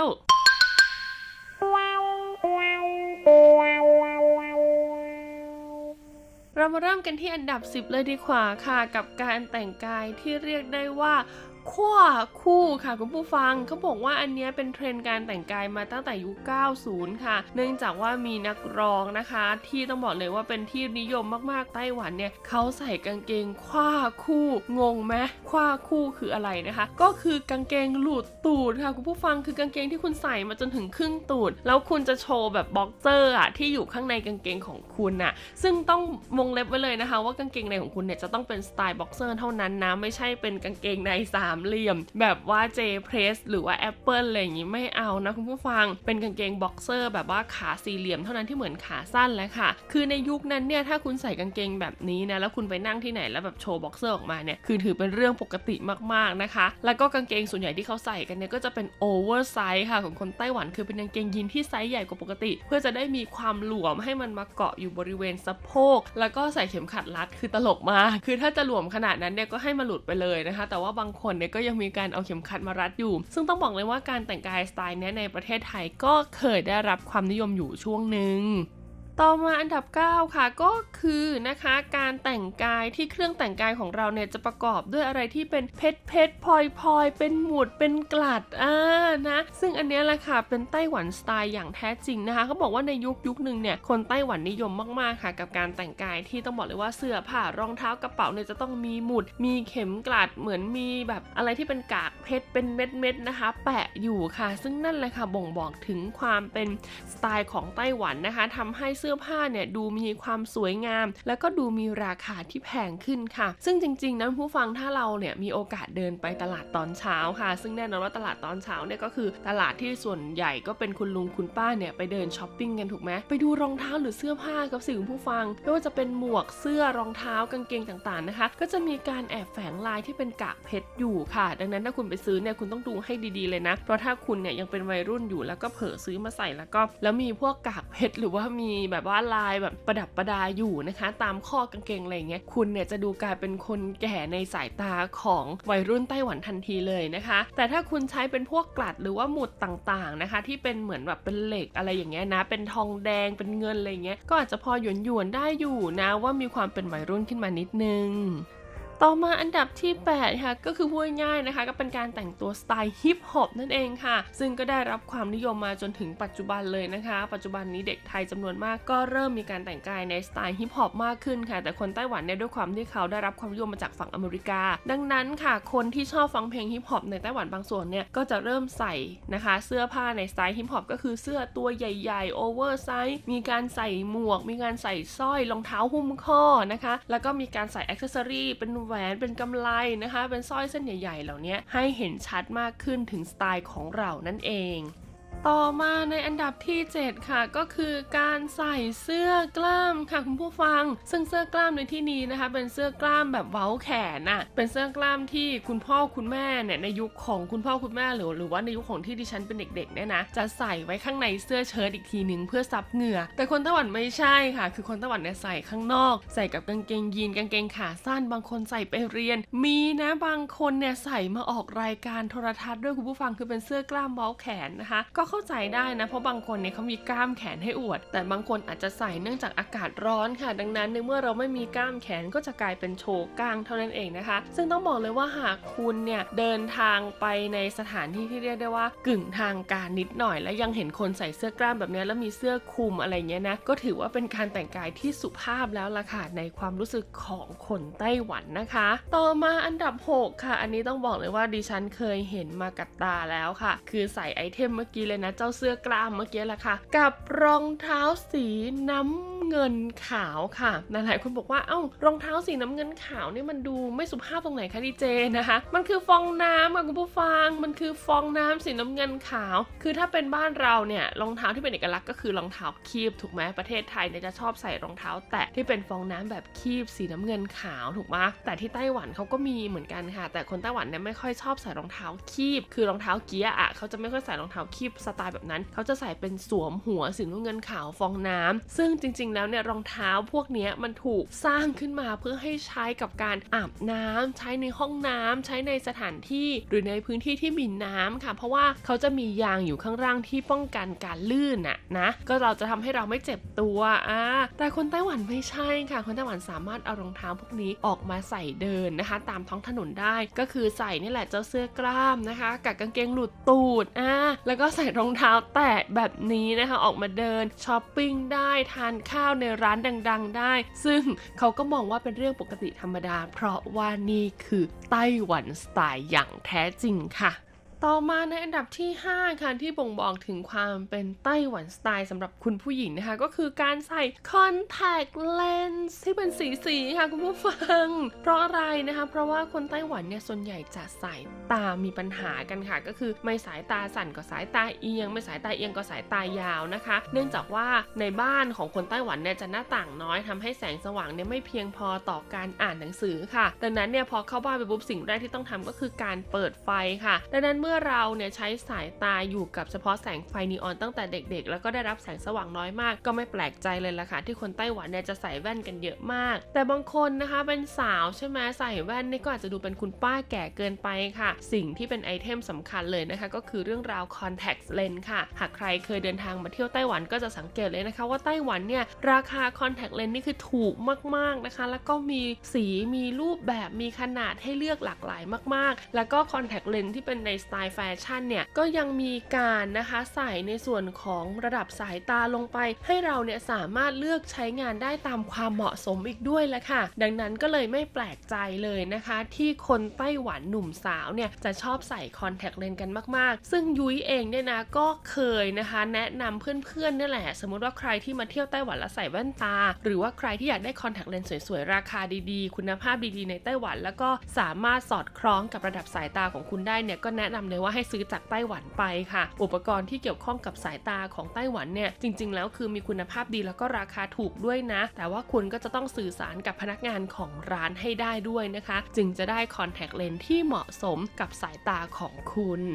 เรามาเริ่มกันที่อันดับสิบเลยดีกว่าค่ะกับการแต่งกายที่เรียกได้ว่าขว้าคู่ค่ะคุณผู้ฟังเขาบอกว่าอันนี้เป็นเทรนด์การแต่งกายมาตั้งแต่ยุคเก้าสิบค่ะเนื่องจากว่ามีนักร้องนะคะที่ต้องบอกเลยว่าเป็นที่นิยมมากๆไต้หวันเนี่ยเขาใส่กางเกงขว้าคู่งงไหมขว้าคู่คืออะไรนะคะก็คือกางเกงหลุดตูดค่ะคุณผู้ฟังคือกางเกงที่คุณใส่มาจนถึงครึ่งตูดแล้วคุณจะโชว์แบบบ็อกเซอร์อะที่อยู่ข้างในกางเกงของคุณอะซึ่งต้องวงเล็บไว้เลยนะคะว่ากางเกงในของคุณเนี่ยจะต้องเป็นสไตล์บ็อกเซอร์เท่านั้นนะไม่ใช่เป็นกางเกงในสามเหลี่ยมแบบว่า J Press หรือว่า Apple อะไรอย่างงี้ไม่เอานะคุณผู้ฟังเป็นกางเกงบ็อกเซอร์แบบว่าขาสี่เหลี่ยมเท่านั้นที่เหมือนขาสั้นแล้วค่ะคือในยุคนั้นเนี่ยถ้าคุณใส่กางเกงแบบนี้นะแล้วคุณไปนั่งที่ไหนแล้วแบบโชว์บ็อกเซอร์ออกมาเนี่ยคือถือเป็นเรื่องปกติมากๆนะคะแล้วก็กางเกงส่วนใหญ่ที่เขาใส่กันเนี่ยก็จะเป็นโอเวอร์ไซส์ค่ะของคนไต้หวันคือเป็นกางเกงยีนที่ไซส์ใหญ่กว่าปกติเพื่อจะได้มีความหลวมให้มันมาเกาะอยู่บริเวณสะโพกแล้วก็ใส่เข็มขัดรัดคือตลกมากคือถ้าจะหลวมขนาดนั้นเนี่ยก็ให้มาหลุดไปเลยนะคะแต่ว่าบางคนเนี่ยก็ยังมีการเอาเข็มขัดมารัดอยู่ซึ่งต้องบอกเลยว่าการแต่งกายสไตล์นี้ในประเทศไทยก็เคยได้รับความนิยมอยู่ช่วงหนึ่งต่อมาอันดับเก้าค่ะก็คือนะคะการแต่งกายที่เครื่องแต่งกายของเราเนี่ยจะประกอบด้วยอะไรที่เป็นเพชรเพชรพลอยพลอยเป็นหมุดเป็นกลัดอ่านะซึ่งอันนี้แหละค่ะเป็นไต้หวันสไตล์อย่างแท้จริงนะคะเขาบอกว่าในยุคยุคนึงเนี่ยคนไต้หวันนิยมมากๆค่ะกับการแต่งกายที่ต้องบอกเลยว่าเสื้อผ้ารองเท้ากระเป๋าเนี่ยจะต้องมีหมุดมีเข็มกลัดเหมือนมีแบบอะไรที่เป็นกากเพชรเป็นเม็ดๆนะคะแปะอยู่ค่ะซึ่งนั่นแหละค่ะบ่งบอกถึงความเป็นสไตล์ของไต้หวันนะคะทำให้เสื้อผ้าเนี่ยดูมีความสวยงามแล้วก็ดูมีราคาที่แพงขึ้นค่ะซึ่งจริงๆนะผู้ฟังถ้าเราเนี่ยมีโอกาสเดินไปตลาดตอนเช้าค่ะซึ่งแน่นอนว่าตลาดตอนเช้าเนี่ยก็คือตลาดที่ส่วนใหญ่ก็เป็นคุณลุงคุณป้าเนี่ยไปเดินช้อปปิ้งกันถูกไหมไปดูรองเท้าหรือเสื้อผ้ากับสิ่งผู้ฟังไม่ว่าจะเป็นหมวกเสื้อรองเท้ากางเกงต่างๆนะคะก็จะมีการแอบแฝงลายที่เป็นกากเพชรอยู่ค่ะดังนั้นถ้าคุณไปซื้อเนี่ยคุณต้องดูให้ดีๆเลยนะเพราะถ้าคุณเนี่ยยังเป็นวัยรุ่นอยู่แล้วก็เผลอซื้อมาใส่แล้วก็แล้วมีพวกกากเพชรหรือว่ามีแบบแบบว่าลายแบบประดับประดาอยู่นะคะตามข้อกางเกงอะไรเงี้ยคุณเนี่ยจะดูกลายเป็นคนแก่ในสายตาของวัยรุ่นไต้หวันทันทีเลยนะคะแต่ถ้าคุณใช้เป็นพวกกลัดหรือว่าหมุดต่างๆนะคะที่เป็นเหมือนแบบเป็นเหล็กอะไรอย่างเงี้ยนะเป็นทองแดงเป็นเงินอะไรเงี้ยก็อาจจะพอหยวนๆได้อยู่นะว่ามีความเป็นวัยรุ่นขึ้นมานิดนึงต่อมาอันดับที่แปดค่ะก็คือพูดง่ายๆนะคะก็เป็นการแต่งตัวสไตล์ฮิปฮอปนั่นเองค่ะซึ่งก็ได้รับความนิยมมาจนถึงปัจจุบันเลยนะคะปัจจุบันนี้เด็กไทยจำนวนมากก็เริ่มมีการแต่งกายในสไตล์ฮิปฮอปมากขึ้นค่ะแต่คนไต้หวันเนี่ยด้วยความที่เขาได้รับความนิยมมาจากฝั่งอเมริกาดังนั้นค่ะคนที่ชอบฟังเพลงฮิปฮอปในไต้หวันบางส่วนเนี่ยก็จะเริ่มใส่นะคะเสื้อผ้าในสไตล์ฮิปฮอปก็คือเสื้อตัวใหญ่ๆโอเวอร์ไซส์มีการใส่หมวกมีการใส่สร้อยรองเท้าหุ้มข้อนะคะแล้วก็มีการใส่แอ็กเซสซอรี่เป็นแหวนเป็นกำไลนะคะเป็นสร้อยเส้นใหญ่ๆเหล่านี้ให้เห็นชัดมากขึ้นถึงสไตล์ของเรานั่นเองต่อมาในอันดับที่เจ็ดค่ะก็คือการใส่เสื้อกล้ามค่ะคุณผู้ฟังซึ่งเสื้อกล้ามในที่นี้นะคะเป็นเสื้อกล้ามแบบเว้าแขนน่ะเป็นเสื้อกล้ามที่คุณพ่อคุณแม่เนี่ยในยุคของคุณพ่อคุณแม่หรือหรือว่าในยุคของที่ดิฉันเป็นเด็กๆเนี่ยนะจะใส่ไว้ข้างในเสื้อเชิ้ตอีกทีนึงเพื่อซับเหงื่อแต่คนไต้หวันไม่ใช่ค่ะคือคนไต้หวันเนี่ยใส่ข้างนอกใส่กับกางเกงยีนกางเกงขาสั้นบางคนใส่ไปเรียนมีนะบางคนเนี่ยใส่มาออกรายการโทรทัศน์ด้วยคุณผู้ฟังคือเป็นเสื้อกล้ามเว้าแขนนะคะก็เข้าใจได้นะเพราะบางคนเนี่ยเขามีกล้ามแขนให้อวดแต่บางคนอาจจะใส่เนื่องจากอากาศร้อนค่ะดังนั้นในเมื่อเราไม่มีกล้ามแขนก็จะกลายเป็นโชว์กล้างเท่านั้นเองนะคะซึ่งต้องบอกเลยว่าหากคุณเนี่ยเดินทางไปในสถานที่ที่เรียกได้ว่ากึ่งทางการนิดหน่อยและยังเห็นคนใส่เสื้อกล้ามแบบนี้แล้วมีเสื้อคลุมอะไรเงี้ยนะก็ถือว่าเป็นการแต่งกายที่สุภาพแล้วล่ะค่ะในความรู้สึกของคนไต้หวันนะคะต่อมาอันดับหกค่ะอันนี้ต้องบอกเลยว่าดิฉันเคยเห็นมากับตาแล้วค่ะคือใส่ไอเทมเมื่อกี้เลยนะเจ้าเสื้อกล้ามเมื่อกี้แหละค่ะกับรองเท้าสีน้ำเงินขาวค่ะหลายๆคนบอกว่าเอ้ารองเท้าสีน้ำเงินขาวนี่มันดูไม่สุภาพตรงไหนคะดีเจนะคะมันคือฟองน้ำค่ะคุณผู้ฟังมันคือฟองน้ำสีน้ำเงินขาวคือถ้าเป็นบ้านเราเนี่ยรองเท้าที่เป็นเอกลักษณ์ก็คือรองเท้าคีบถูกไหมประเทศไทยเนี่ยจะชอบใส่รองเท้าแตะที่เป็นฟองน้ำแบบคีบสีน้ำเงินขาวถูกไหมแต่ที่ไต้หวันเขาก็มีเหมือนกันค่ะแต่คนไต้หวันเนี่ยไม่ค่อยชอบใส่รองเท้าคีบคือรองเท้าเกียร์อ่ะเขาจะไม่ค่อยใส่รองเท้าคีบสไตล์แบบนั้นเขาจะใส่เป็นสวมหัวสีน้ำเงินขาวฟองน้ำซึ่งจริงๆแล้วเนี่ยรองเท้าพวกนี้มันถูกสร้างขึ้นมาเพื่อให้ใช้กับการอาบน้ำใช้ในห้องน้ำใช้ในสถานที่หรือในพื้นที่ที่มีน้ำค่ะเพราะว่าเขาจะมียางอยู่ข้างล่างที่ป้องกันการลื่นน่ะนะก็เราจะทำให้เราไม่เจ็บตัวอ่ะแต่คนไต้หวันไม่ใช่ค่ะคนไต้หวันสามารถเอารองเท้าพวกนี้ออกมาใส่เดินนะคะตามท้องถนนได้ก็คือใส่นี่แหละเจ้าเสื้อกล้ามนะคะกับกางเกงหลุดตูดอ่ะแล้วก็ใส่รองเท้าแตะแบบนี้นะคะออกมาเดินช้อปปิ้งได้ทานข้าวในร้านดังๆได้ซึ่งเขาก็มองว่าเป็นเรื่องปกติธรรมดาเพราะว่านี่คือไต้หวันสไตล์อย่างแท้จริงค่ะต่อมาในอันดับที่ห้าค่ะที่บ่งบอกถึงความเป็นไต้หวันสไตล์สำหรับคุณผู้หญิงนะคะก็คือการใส่คอนแทคเลนส์ที่เป็นสีๆค่ะคุณผู้ฟังเพราะอะไรนะคะเพราะว่าคนไต้หวันเนี่ยส่วนใหญ่จะสายตามีปัญหากันค่ะก็คือไม่สายตาสั่นก็สายตาเอียงไม่สายตาเอียงก็สายตายาวนะคะเนื่องจากว่าในบ้านของคนไต้หวันเนี่ยจะหน้าต่างน้อยทำให้แสงสว่างเนี่ยไม่เพียงพอต่อการอ่านหนังสือค่ะดังนั้นเนี่ยพอเข้าบ้านไปปุ๊บสิ่งแรกที่ต้องทำก็คือการเปิดไฟค่ะดังนั้นเมื่อเราเนี่ยใช้สายตาอยู่กับเฉพาะแสงไฟนีออนตั้งแต่เด็กๆแล้วก็ได้รับแสงสว่างน้อยมากก็ไม่แปลกใจเลยล่ะค่ะที่คนไต้หวันเนี่ยจะใส่แว่นกันเยอะมากแต่บางคนนะคะเป็นสาวใช่ไหมใส่แว่นนี่ก็อาจจะดูเป็นคุณป้าแก่เกินไปค่ะสิ่งที่เป็นไอเทมสำคัญเลยนะคะก็คือเรื่องราว contact lens ค่ะหากใครเคยเดินทางมาเที่ยวไต้หวันก็จะสังเกตเลยนะคะว่าไต้หวันเนี่ยราคา contact lens นี่คือถูกมากๆนะคะแล้วก็มีสีมีรูปแบบมีขนาดให้เลือกหลากหลายมากๆแล้วก็ contact lens ที่เป็นในสไตล์แฟชั่นเนี่ยก็ยังมีการนะคะใส่ในส่วนของระดับสายตาลงไปให้เราเนี่ยสามารถเลือกใช้งานได้ตามความเหมาะสมอีกด้วยแหละค่ะดังนั้นก็เลยไม่แปลกใจเลยนะคะที่คนไต้หวันหนุ่มสาวเนี่ยจะชอบใส่คอนแทคเลนส์กันมากๆซึ่งยุ้ยเองเนี่ยนะก็เคยนะคะแนะนำเพื่อนๆนี่แหละสมมติว่าใครที่มาเที่ยวไต้หวันแล้วใส่แว่นตาหรือว่าใครที่อยากได้คอนแทคเลนส์สวยๆราคาดีๆคุณภาพดีๆในไต้หวันแล้วก็สามารถสอดคล้องกับระดับสายตาของคุณได้เนี่ยก็แนะนำเลยว่าให้ซื้อจากไต้หวันไปค่ะอุปกรณ์ที่เกี่ยวข้องกับสายตาของไต้หวันเนี่ยจริงๆแล้วคือมีคุณภาพดีแล้วก็ราคาถูกด้วยนะแต่ว่าคุณก็จะต้องสื่อสารกับพนักงานของร้านให้ได้ด้วยนะคะจึงจะได้คอนแทคเลนส์ที่เหมาะสมกับสายตาของคุณ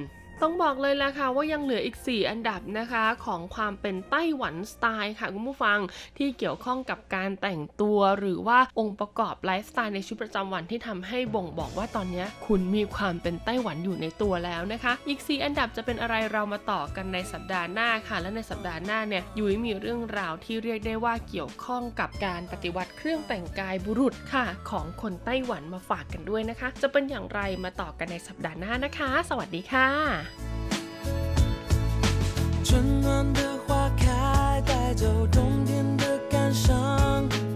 ต้องบอกเลยล่ะค่ะว่ายังเหลืออีกสี่อันดับนะคะของความเป็นไต้หวันสไตล์ค่ะคุณผู้ฟังที่เกี่ยวข้องกับการแต่งตัวหรือว่าองค์ประกอบไลฟ์สไตล์ในชีวิตประจำวันที่ทำให้บ่งบอกว่าตอนนี้คุณมีความเป็นไต้หวันอยู่ในตัวแล้วนะคะอีกสี่อันดับจะเป็นอะไรเรามาต่อกันในสัปดาห์หน้าค่ะและในสัปดาห์หน้าเนี่ยยุ้ยมีเรื่องราวที่เรียกได้ว่าเกี่ยวข้องกับการปฏิวัติเครื่องแต่งกายบุรุษค่ะของคนไต้หวันมาฝากกันด้วยนะคะจะเป็นอย่างไรมาต่อกันในสัปดาห์หน้านะคะสวัสดีค่ะ春暖的花开带走冬天的感伤